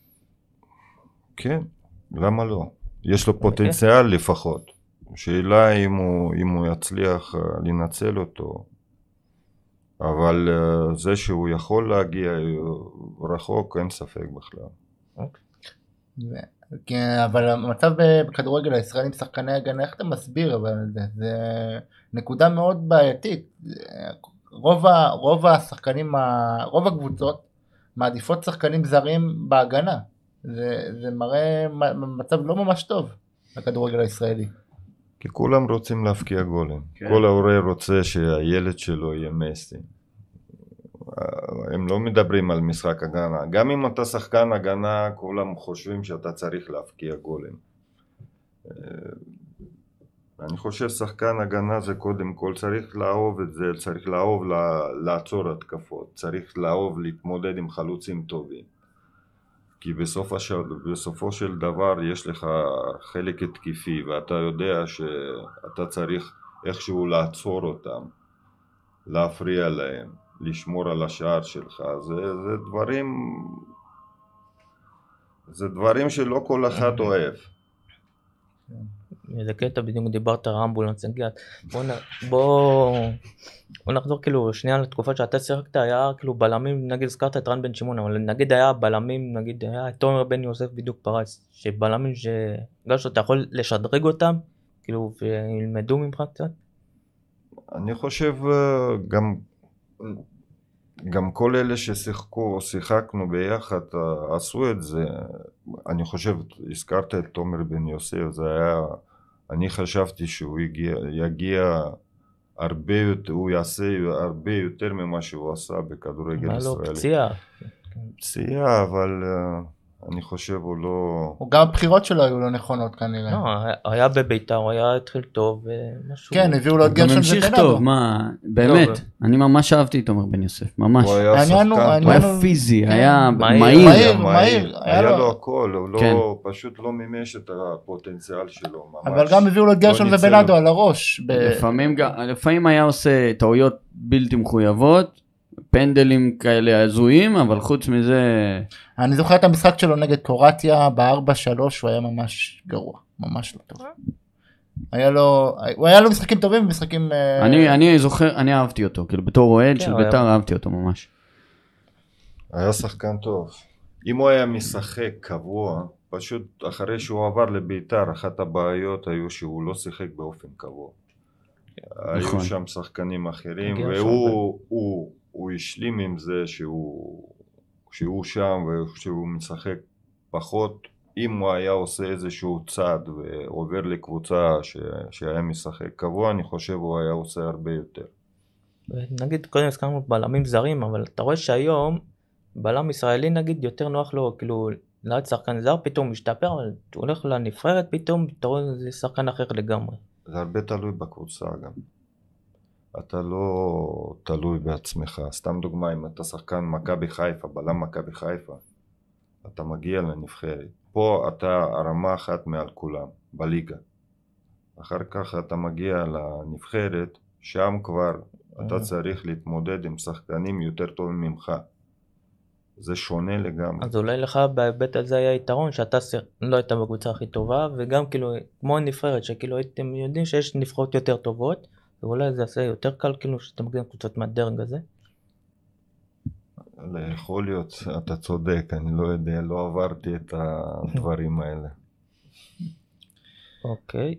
כן, למה לא? יש לו פוטנציאל לפחות. שאלה אם הוא יצליח לנצל אותו, אבל זה שהוא יכול להגיע רחוק, אין ספק בכלל. אבל המצב בכדורגל הישראלי עם שחקני הגנה, איך אתה מסביר? אבל זה נקודה מאוד בעייתית. רוב השחקנים, רוב הקבוצות מעדיפות שחקנים זרים בהגנה. זה מראה מצב לא ממש טוב לכדורגל הישראלי. כי כולם רוצים להפקיע גולים. כל ההורה רוצה שהילד שלו יהיה מסי. הם לא מדברים על משחק הגנה. גם אם אתה שחקן הגנה, כולם חושבים שאתה צריך להפקיע גולים. אני חושב שחקן הגנה זה קודם כל צריך לאהוב את זה, צריך לאהוב לעצור התקפות, צריך לאהוב להתמודד עם חלוצים טובים. כי בסופו של דבר יש לך חלק התקפי ואתה יודע שאתה צריך איכשהו לעצור אותם, להפריע להם, לשמור על השער שלך. זה דברים שלא כל אחד אוהב. זה קטע, בדיוק דיברת על האמבולנס, בוא נחזור כאילו שנייה לתקופה שאתה שיחקת, היה כאילו בלמים, נגיד הזכרת את רן בן שמעון, אבל נגיד היה בלמים, נגיד היה תומר בן יוסף בדיוק פרץ, שבלמים שגם שאתה יכול לשדרג אותם, כאילו וילמדו ממך קצת? אני חושב גם כל אלה שיחקנו ביחד עשו את זה. אני חושב, הזכרת את תומר בן יוסף, זה היה, אני חשבתי שהוא יגיע הרבה יותר, הוא יעשה הרבה יותר ממה שהוא עשה בכדורגל ישראלי. מה לא, פציעה? פציעה, אבל אני חושב הוא לא... גם הבחירות שלו היו לא נכונות כנראה. לא, היה בביתר, הוא היה התחיל טוב ומשהו. כן, הביאו לו את גרשון ובנאדו. הוא ממשיך טוב, מה, באמת, אני ממש אהבתי את תומר בן יוסף, ממש. הוא היה שחקן, הוא היה פיזי, היה מהיר. היה לו הכל, הוא לא, פשוט לא מימש את הפוטנציאל שלו ממש. אבל גם הביאו לו את גרשון ובנאדו על הראש. לפעמים היה עושה טעויות בלתי מחויבות, פנדלים כאלה הזויים, אבל חוץ מזה... אני זוכר את המשחק שלו נגד קורטיה ב-4-3, הוא היה ממש גרוע, ממש לא טוב. הוא היה לו משחקים טובים ומשחקים... אני זוכר, אני אהבתי אותו, כאילו בתור אוהד של בית"ר אהבתי אותו ממש. היה שחקן טוב. אם הוא היה משחק קבוע, פשוט אחרי שהוא עבר לבית"ר, אחת הבעיות היו שהוא לא שיחק באופן קבוע. היו שם שחקנים אחרים, והוא השלים עם זה שהוא שם ושהוא משחק פחות. אם הוא היה עושה איזשהו צעד ועובר לקבוצה שהיה משחק קבוע, אני חושב הוא היה עושה הרבה יותר. נגיד קודם הזכרנו בלמים זרים, אבל אתה רואה שהיום בלם ישראלי נגיד יותר נוח לו, כאילו לעד שחקן זר פתאום משתפר, אבל הוא הולך לנבחרת פתאום, אתה רואה זה שחקן אחר לגמרי. זה הרבה תלוי בקבוצה גם. אתה לא תלוי בעצמך. סתם דוגמה, אם אתה שחקן מכבי חיפה, בלם מכבי חיפה, אתה מגיע לנבחרת. פה אתה הרמה אחת מעל כולם, בליגה. אחר כך אתה מגיע לנבחרת, שם כבר אתה צריך להתמודד עם שחקנים יותר טובים ממך. זה שונה לגמרי. אז אולי לך בהיבט הזה היה יתרון שאתה לא היית בקבוצה הכי טובה, וגם כאילו כמו נבחרת שכאילו הייתם יודעים שיש נבחרות יותר טובות, ואולי זה עושה יותר קל כאילו שאתם מגיעים קבוצות מהדרג הזה. יכול להיות, אתה צודק, אני לא יודע, לא עברתי את הדברים האלה. אוקיי.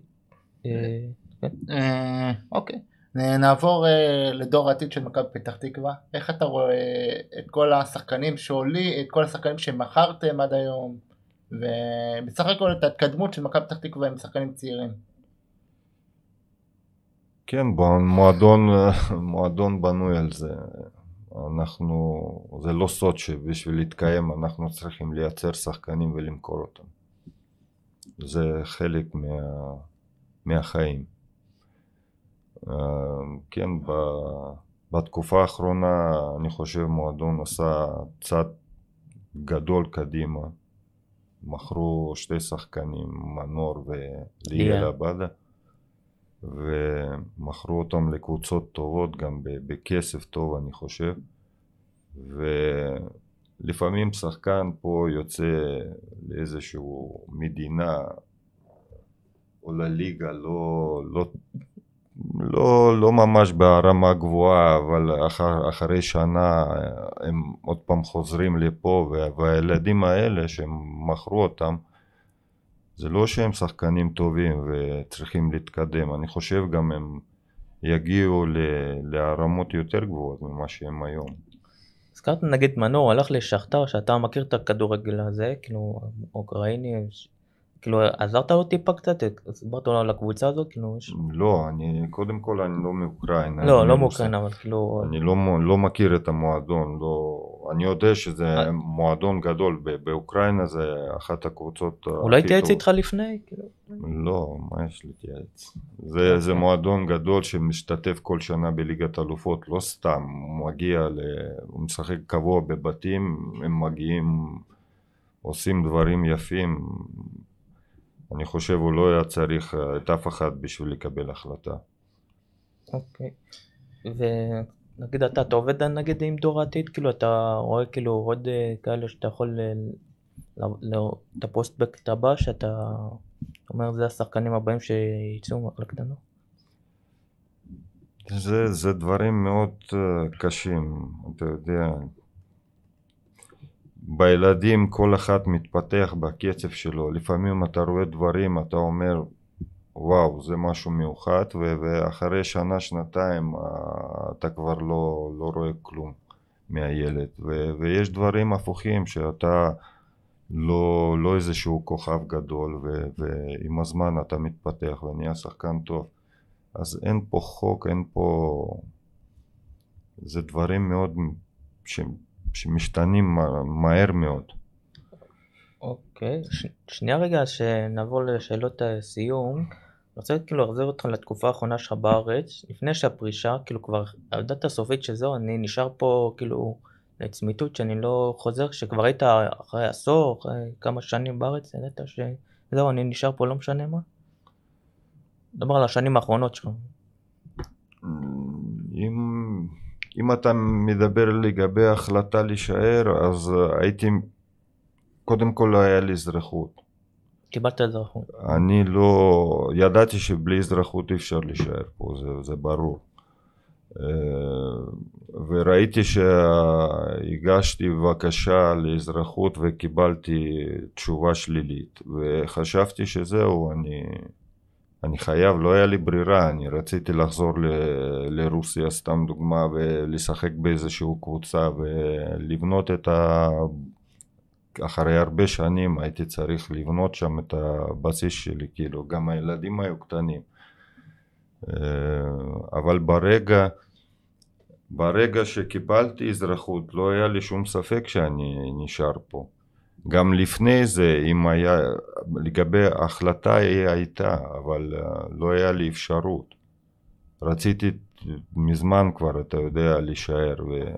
אוקיי. נעבור לדור העתיד של מכבי פתח תקווה. איך אתה רואה את כל השחקנים שעולים, את כל השחקנים שמכרתם עד היום, ובסך הכל את ההתקדמות של מכבי פתח תקווה עם שחקנים צעירים? כן, מועדון בנוי על זה. זה לא סוד שבשביל להתקיים אנחנו צריכים לייצר שחקנים ולמכור אותם. זה חלק מהחיים. כן, בתקופה האחרונה אני חושב מועדון עשה צעד גדול קדימה. מכרו 2 שחקנים, מנור וליאל עבדה, ומכרו אותם לקבוצות טובות, גם בכסף טוב אני חושב. ולפעמים שחקן פה יוצא לאיזשהו מדינה או לליגה לא ממש ברמה גבוהה, אבל אחרי שנה הם עוד פעם חוזרים לפה, והילדים האלה שהם מכרו אותם, זה לא שהם שחקנים טובים וצריכים להתקדם. אני חושב גם הם יגיעו לרמות יותר גבוהות ממה שהם היום. הזכרת נגיד מנור, הלך לשכתר, שאתה מכיר את הכדורגל הזה, כאילו אוקראיני, כאילו עזרת לו טיפה קצת, הסברת לו לקבוצה הזאת, כאילו לא, קודם כל אני לא מאוקראינה. לא מאוקראינה, אבל כאילו... אני לא מכיר את המועדון, אני יודע שזה מועדון גדול, באוקראינה זה אחת הקבוצות הכי טובות. אולי תייעץ איתך לפני? לא, מה יש להתייעץ? זה מועדון גדול שמשתתף כל שנה בליגת אלופות, לא סתם, הוא משחק קבוע בבתים, הם מגיעים, עושים דברים יפים. אני חושב הוא לא היה צריך את אף אחד בשביל לקבל החלטה. אוקיי. ונגיד אתה עובד נגיד עם דור העתיד, כאילו אתה רואה כאילו עוד כאלה שאתה יכול את הפוסטבקט הבא, שאתה אומר זה השחקנים הבאים שיצאו מהחלקת הנוער? זה דברים מאוד קשים, אתה יודע. בילדים כל אחד מתפתח בקצב שלו, לפעמים אתה רואה דברים, אתה אומר וואו זה משהו מיוחד, ואחרי שנה שנתיים אתה כבר לא רואה כלום מהילד, ויש דברים הפוכים שאתה לא איזשהו כוכב גדול, ועם הזמן אתה מתפתח ונהיה שחקן טוב. אז אין פה חוק, אין פה, זה דברים מאוד שמשתנים מהר מאוד. אוקיי, שנייה רגע שנעבור לשאלות הסיום. אני רוצה כאילו להחזיר אותך לתקופה האחרונה שלך בארץ, לפני שהפרישה, כאילו כבר הדעת הסופית שזהו, אני נשאר פה כאילו לצמיתות שאני לא חוזר, שכבר היית אחרי עשור, אחרי כמה שנים בארץ, ידעת שזהו, אני נשאר פה לא משנה מה? דבר על השנים האחרונות שלך. אם אתה מדבר לגבי החלטה להישאר, אז הייתי, קודם כל היה לי אזרחות. קיבלת אזרחות. אני לא, ידעתי שבלי אזרחות אי אפשר להישאר פה, זה ברור. וראיתי שהגשתי בקשה לאזרחות וקיבלתי תשובה שלילית, וחשבתי שזהו, אני חייב, לא היה לי ברירה, אני רציתי לחזור לרוסיה, סתם דוגמה, ולשחק באיזשהו קבוצה ולבנות אחרי הרבה שנים הייתי צריך לבנות שם את הבסיס שלי, כאילו גם הילדים היו קטנים. אבל ברגע שקיבלתי אזרחות לא היה לי שום ספק שאני נשאר פה. גם לפני זה, אם היה, לגבי ההחלטה היא הייתה, אבל לא היה לי אפשרות. רציתי מזמן כבר, אתה יודע, להישאר.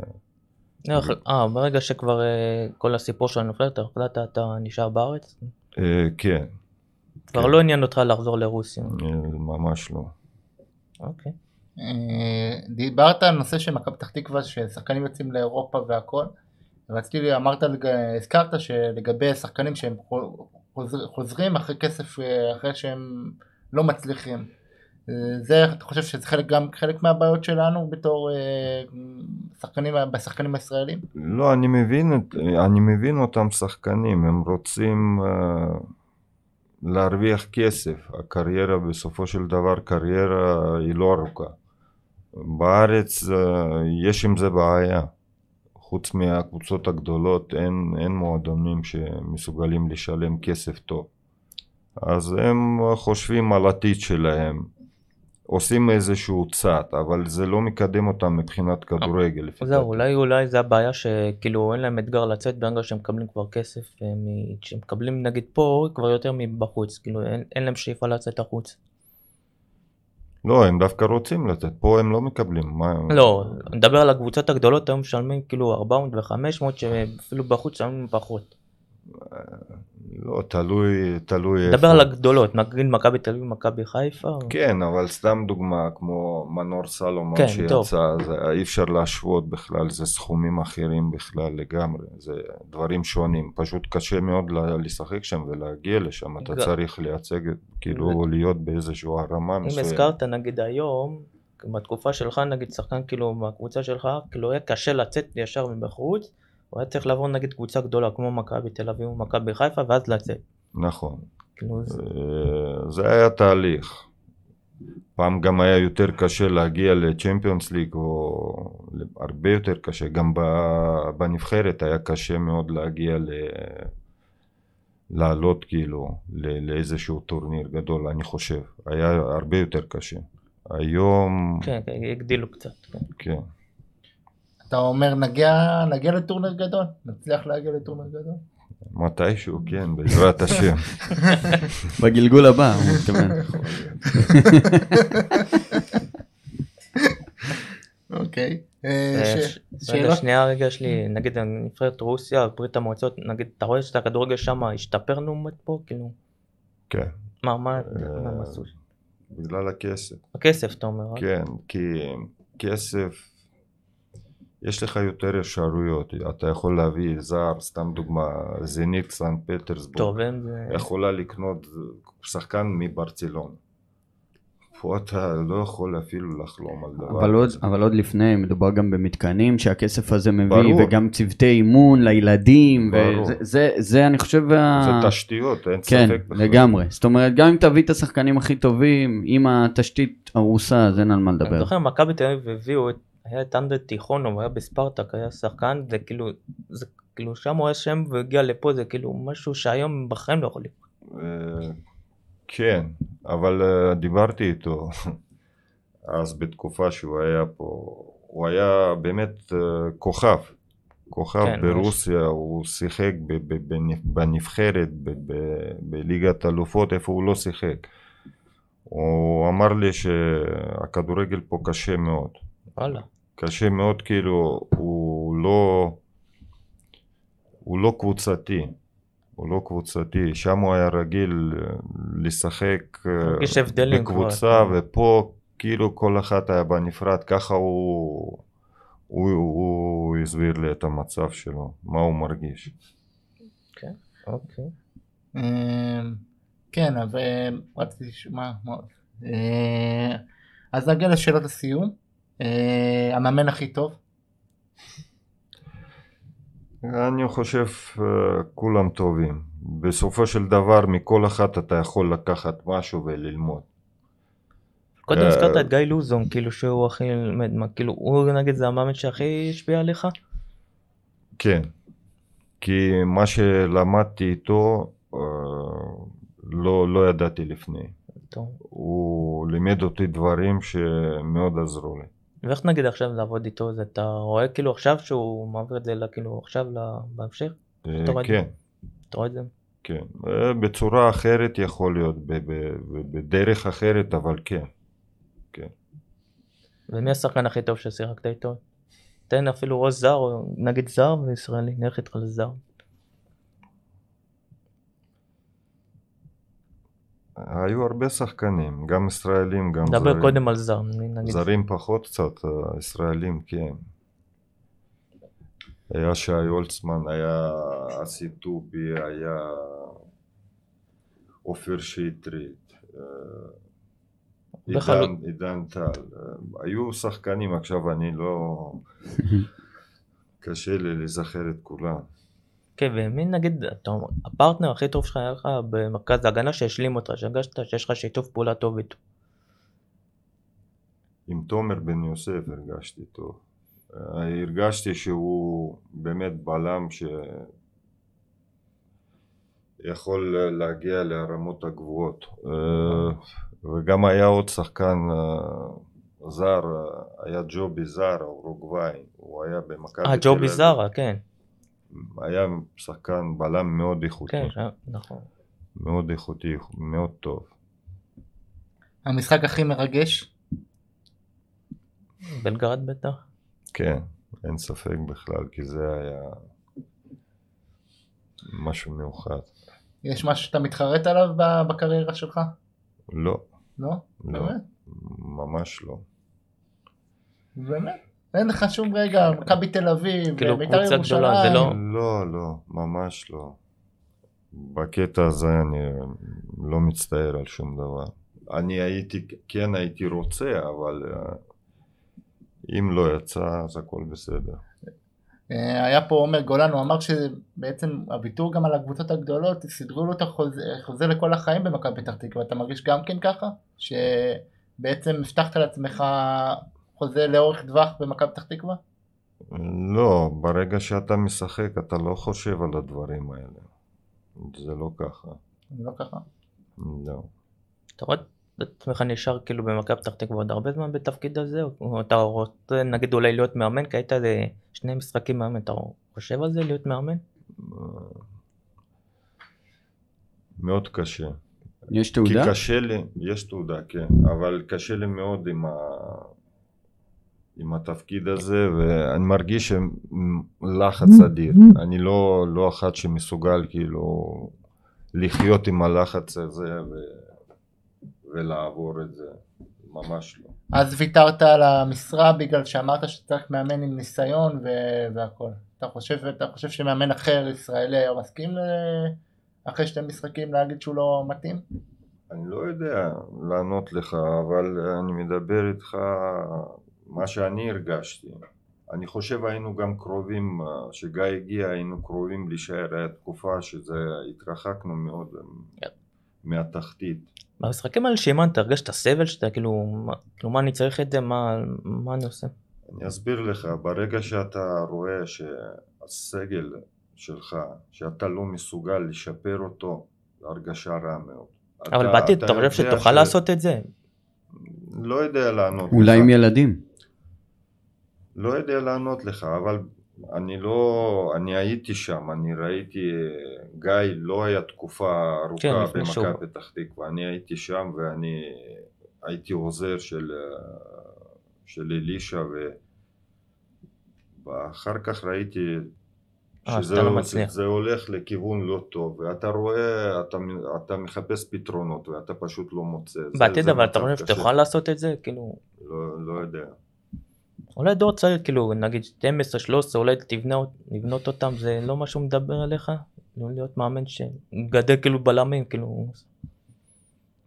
ברגע שכבר כל הסיפור של הנופלת, אתה נשאר בארץ? כן. כבר לא עניין אותך לחזור לרוסיה? ממש לא. אוקיי. דיברת על נושא של מכבי פתח תקווה, ששחקנים יוצאים לאירופה והכל. רציתי, הזכרת שלגבי שחקנים שהם חוזרים אחרי כסף, אחרי שהם לא מצליחים. זה, אתה חושב שזה גם חלק מהבעיות שלנו בתור בשחקנים הישראלים? לא, אני מבין אותם שחקנים, הם רוצים להרוויח כסף. הקריירה בסופו של דבר, קריירה היא לא ארוכה. בארץ יש עם זה בעיה. חוץ מהקבוצות הגדולות אין מועדונים שמסוגלים לשלם כסף טוב. אז הם חושבים על עתיד שלהם. עושים איזשהו צעד, אבל זה לא מקדם אותם מבחינת כדורגל. זהו, אולי זה הבעיה שכאילו אין להם אתגר לצאת ברגע שהם מקבלים כבר כסף, שהם מקבלים נגיד פה כבר יותר מבחוץ, כאילו אין להם שאיפה לצאת החוץ. לא, הם דווקא רוצים לצאת, פה הם לא מקבלים. לא, נדבר על הקבוצות הגדולות, היום משלמים כאילו 400 ו-500, שאפילו בחוץ משלמים פחות. לא, תלוי איפה. נדבר על הגדולות, נגיד מכבי תל אביב, מכבי חיפה. כן, אבל סתם דוגמה, כמו מנור סלומון כן, שיצא, אי אפשר להשוות בכלל, זה סכומים אחרים בכלל לגמרי, זה דברים שונים, פשוט קשה מאוד לשחק שם ולהגיע לשם, אתה צריך לייצג, כאילו להיות באיזשהו הרמה מסוים. אם הזכרת נגיד היום, בתקופה שלך נגיד שחקן כאילו מהקבוצה שלך, כאילו היה קשה לצאת ישר מבחוץ, הוא היה צריך לעבור נגיד קבוצה גדולה כמו מכבי תל אביב או מכבי חיפה ואז לצאת. נכון. כאילו זה היה תהליך. פעם גם היה יותר קשה להגיע לצ'מפיונס ליג, או הרבה יותר קשה. גם בנבחרת היה קשה מאוד להגיע לעלות כאילו לאיזשהו טורניר גדול, אני חושב. היה הרבה יותר קשה. היום... כן, הגדילו קצת. כן. אתה אומר נגיע לטורניר גדול? נצליח להגיע לטורניר גדול? מתישהו, כן, בעזרת השם. בגלגול הבא, הוא מתכוון. אוקיי. רגע שלי, נגיד נבחרת רוסיה, ברית המועצות, נגיד, אתה רואה שאתה הכדורגל שם השתפר נעומת פה? כאילו? כן. מה עשו? בגלל הכסף. הכסף, אתה אומר? כן, כי כסף... יש לך יותר אפשרויות, אתה יכול להביא זר, סתם דוגמה, זנית סן פטרסבורג, יכולה לקנות שחקן מברצלונה. פה אתה לא יכול אפילו לחלום על דבר כזה. אבל עוד לפני, מדובר גם במתקנים שהכסף הזה מביא, וגם צוותי אימון לילדים, וזה אני חושב... זה תשתיות, אין כן, ספק בכלל. לגמרי. זאת אומרת, גם אם תביא את השחקנים הכי טובים, אם התשתית הרוסה, אז אין על מה לדבר. אני זוכר, מכבי תל אביב הביאו היה את אנדרי תיכון, הוא היה בספרטק, היה שחקן, זה כאילו שם הוא היה שם והגיע לפה, זה כאילו משהו שהיום בחיים לא יכול לקרות. כן, אבל דיברתי איתו, אז בתקופה שהוא היה פה, הוא היה באמת כוכב ברוסיה, הוא שיחק בנבחרת, בליגת אלופות, איפה הוא לא שיחק. הוא אמר לי שהכדורגל פה קשה מאוד. וואלה. קשה מאוד, כאילו הוא לא קבוצתי, שם הוא היה רגיל לשחק בקבוצה, ופה כאילו כל אחד היה בנפרד, ככה הוא הסביר לי את המצב שלו, מה הוא מרגיש. אוקיי. כן, אבל רציתי לשמוע, אז נגיע לשאלות הסיום. המאמן הכי טוב? אני חושב כולם טובים. בסופו של דבר מכל אחת אתה יכול לקחת משהו וללמוד. קודם הזכרת את גיא לוזון, כאילו שהוא הכי, כאילו הוא נגיד זה המאמן שהכי השפיע עליך? כן, כי מה שלמדתי איתו לא ידעתי לפני. טוב. הוא לימד אותי דברים שמאוד עזרו לי. ואיך נגיד עכשיו לעבוד איתו, אז אתה רואה כאילו עכשיו שהוא מעביר את זה כאילו עכשיו בהמשך? כן. אתה רואה את זה? כן, בצורה אחרת יכול להיות, בדרך אחרת, אבל כן. כן. ומי השחקן הכי טוב ששיחקת איתו? תן אפילו ראש זר, או נגיד זר וישראלי, נלך איתך לזר. היו הרבה שחקנים, גם ישראלים, גם זרים. דבר קודם על זר, נגיד. זרים פחות קצת, ישראלים כן. היה שי הולצמן, היה אסי טובי, היה אופיר שטרית, עידן טל. היו שחקנים, עכשיו אני לא... קשה לי לזכר את כולם. כן, ומי נגיד, הפרטנר הכי טוב שלך היה לך במרכז ההגנה שהשלים אותך, שהרגשת שיש לך שיתוף פעולה טוב איתו? עם תומר בן יוסף הרגשתי טוב. הרגשתי שהוא באמת בלם שיכול להגיע לרמות הגבוהות. וגם היה עוד שחקן זר, היה ג'ובי זר, אורוגוואי, הוא היה במכבי תל אביב. ג'ובי זר, כן. היה שחקן בלם מאוד איכותי. כן, נכון. מאוד איכותי, מאוד טוב. המשחק הכי מרגש? בלגרד בטח? כן, אין ספק בכלל, כי זה היה משהו מיוחד. יש משהו שאתה מתחרט עליו בקריירה שלך? לא. לא? לא, באמת? ממש לא. באמת? אין לך שום רגע, מכבי תל אביב, כאילו בית"ר קבוצה גדולה, זה לא? לא, ממש לא. בקטע הזה אני לא מצטער על שום דבר. אני הייתי רוצה, אבל אם לא יצא, אז הכל בסדר. היה פה עומר גולן, הוא אמר שבעצם הוויתור גם על הקבוצות הגדולות, סידרו לו את החוזה לכל החיים במכבי פתח תקווה. אתה מרגיש גם כן ככה? שבעצם הבטחת לעצמך חוזה לאורך טווח במכבי פתח תקווה? לא, ברגע שאתה משחק אתה לא חושב על הדברים האלה. זה לא ככה. זה לא ככה? לא. אתה רואה את עצמך נשאר כאילו במכבי פתח תקווה עוד הרבה זמן בתפקיד הזה? או אתה רוצה נגיד אולי להיות מאמן? כי היית 2 משחקים מאמן, אתה חושב על זה להיות מאמן? מאוד קשה. יש תעודה? כי קשה לי, יש תעודה, כן, אבל קשה לי מאוד עם התפקיד הזה, ואני מרגיש לחץ אדיר. אני לא אחד שמסוגל כאילו לחיות עם הלחץ הזה ולעבור את זה, ממש לא. אז ויתרת על המשרה בגלל שאמרת שצריך מאמן עם ניסיון והכל. אתה חושב שמאמן אחר ישראלי היה מסכים אחרי 2 משחקים להגיד שהוא לא מתאים? אני לא יודע לענות לך, אבל אני מדבר איתך מה שאני הרגשתי. אני חושב היינו גם קרובים, שגיא הגיע היינו קרובים להישאר, היה תקופה שזה התרחקנו מאוד מהתחתית. במשחקים האלה שאימנת, הרגשת סבל שאתה כאילו מה אני צריך את זה, מה אני עושה? אני אסביר לך, ברגע שאתה רואה שהסגל שלך, שאתה לא מסוגל לשפר אותו, הרגשה רע מאוד. אבל בעתיד אתה חושב שתוכל לעשות את זה? לא יודע לענות לך. אולי עם ילדים? לא יודע לענות לך, אבל אני הייתי שם, אני ראיתי, גיא לא היה תקופה ארוכה במכבי פתח תקווה, אני הייתי שם ואני הייתי עוזר של אלישע, ואחר כך ראיתי שזה הולך לכיוון לא טוב, ואתה רואה, אתה מחפש פתרונות ואתה פשוט לא מוצא. בעתיד אבל אתה חושב שתוכל לעשות את זה? לא יודע. אולי דור צעיר, כאילו, נגיד 12, 13, אולי לבנות אותם, זה לא משהו מדבר עליך? להיות מאמן שגדל כאילו בלמים, כאילו...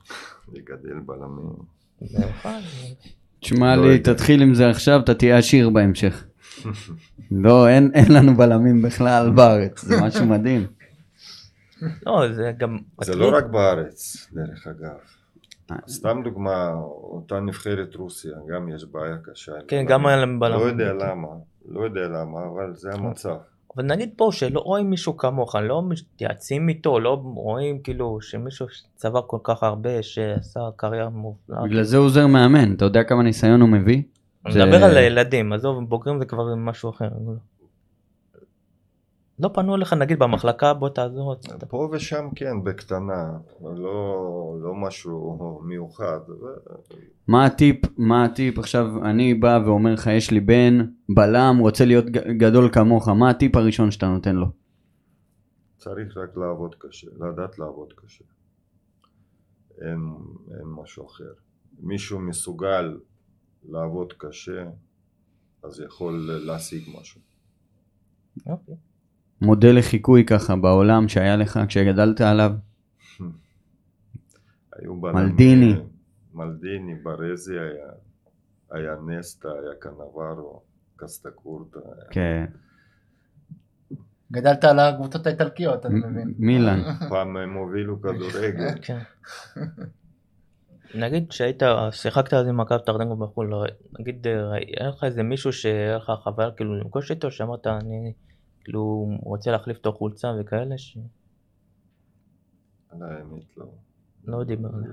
לגדל בלמים. זה אחד. תשמע לא לי, יודע. תתחיל עם זה עכשיו, אתה תהיה עשיר בהמשך. לא, אין לנו בלמים בכלל בארץ, זה משהו מדהים. לא, זה גם... זה לא רק בארץ, דרך אגב. סתם דוגמה, אותה נבחרת רוסיה, גם יש בעיה קשה. כן, גם היה להם בלמים. לא יודע למה, אבל זה המצב. אבל נגיד פה שלא רואים מישהו כמוך, לא מתייעצים איתו, לא רואים כאילו שמישהו צבר כל כך הרבה, שעשה קריירה מובלעת. בגלל זה הוא עוזר מאמן, אתה יודע כמה ניסיון הוא מביא? אני מדבר על ילדים, עזוב, בוגרים זה כבר משהו אחר. לא פנו אליך נגיד במחלקה, בוא תעזור. פה ושם כן, בקטנה, לא משהו מיוחד. מה הטיפ עכשיו, אני בא ואומר לך, יש לי בן, בלם, רוצה להיות גדול כמוך, מה הטיפ הראשון שאתה נותן לו? צריך רק לעבוד קשה, לדעת לעבוד קשה. אין משהו אחר. מישהו מסוגל לעבוד קשה, אז יכול להשיג משהו. אוקיי. מודל לחיקוי ככה בעולם שהיה לך כשגדלת עליו? היו בלמים, מלדיני, ברזי היה נסטה, היה קנברו, קסטקורטה. כן. גדלת על הקבוצות האיטלקיות, אני מבין. מילאן. פעם הם הובילו כדורגל. כן. נגיד שהיית, שיחקת אז עם מכבי פתח תקווה בחו"ל, נגיד היה לך איזה מישהו שהיה לך חוויה כאילו למקוש איתו, שאמרת אני כאילו רוצה להחליף אותו חולצה וכאלה ש... על האמת לא. לא דיבר עליהם.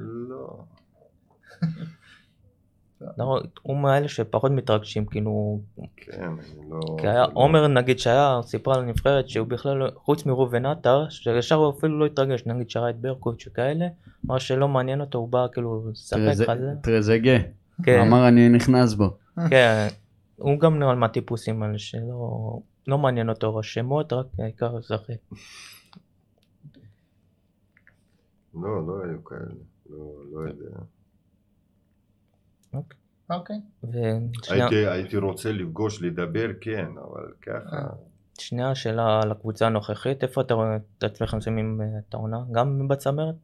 לא. הוא מאלה שפחות מתרגשים כאילו, כן, אני לא... כי היה עומר נגיד שהיה, סיפרה על הנבחרת שהוא בכלל, חוץ מראובן עטר, שישר הוא אפילו לא התרגש, נגיד שראה את ברקוביץ' וכאלה, מה שלא מעניין אותו, הוא בא כאילו לשחק כזה. טרזגה, כן. אמר אני נכנס בו. כן, הוא גם נראה מהטיפוסים האלה שלא מעניין אותו השמות, רק העיקר לשחק. לא היו כאלה, לא יודע. אוקיי. הייתי רוצה לפגוש, לדבר, כן, אבל ככה... שנייה, שאלה על הקבוצה הנוכחית, איפה אתה רואה את עצמך מסיימים את העונה? גם בצמרת?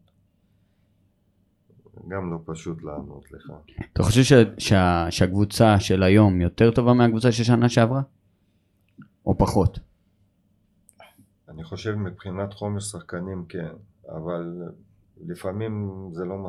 גם לא פשוט לענות לך. אתה חושב שהקבוצה של היום יותר טובה מהקבוצה של שנה שעברה? או פחות? אני חושב מבחינת חומר שחקנים כן, אבל לפעמים זה לא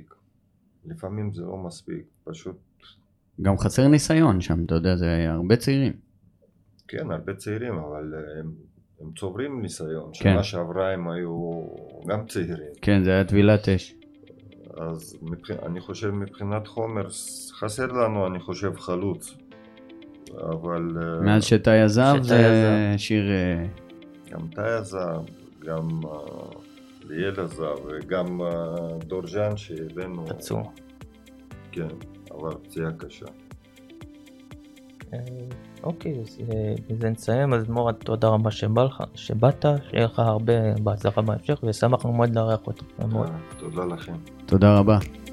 מספיק. פשוט... גם חסר ניסיון שם, אתה יודע, זה הרבה צעירים. כן, הרבה צעירים, אבל הם צוברים ניסיון. כן. שנה שעברה הם היו גם צעירים. כן, זה היה טבילת אש. אז אני חושב מבחינת חומר חסר לנו, אני חושב חלוץ. אבל... מאז שטי עזב זה שיר... גם טי עזב, גם ליאל עזב, וגם דורג'אן שהבאנו. פצוע. כן, אבל פציעה קשה. אוקיי, אז בזה נסיים. אז מורד, תודה רבה שבאת, שיהיה לך הרבה בהצלחה בהמשך, ושמחנו מאוד לארח אותך. תודה לכם. תודה רבה.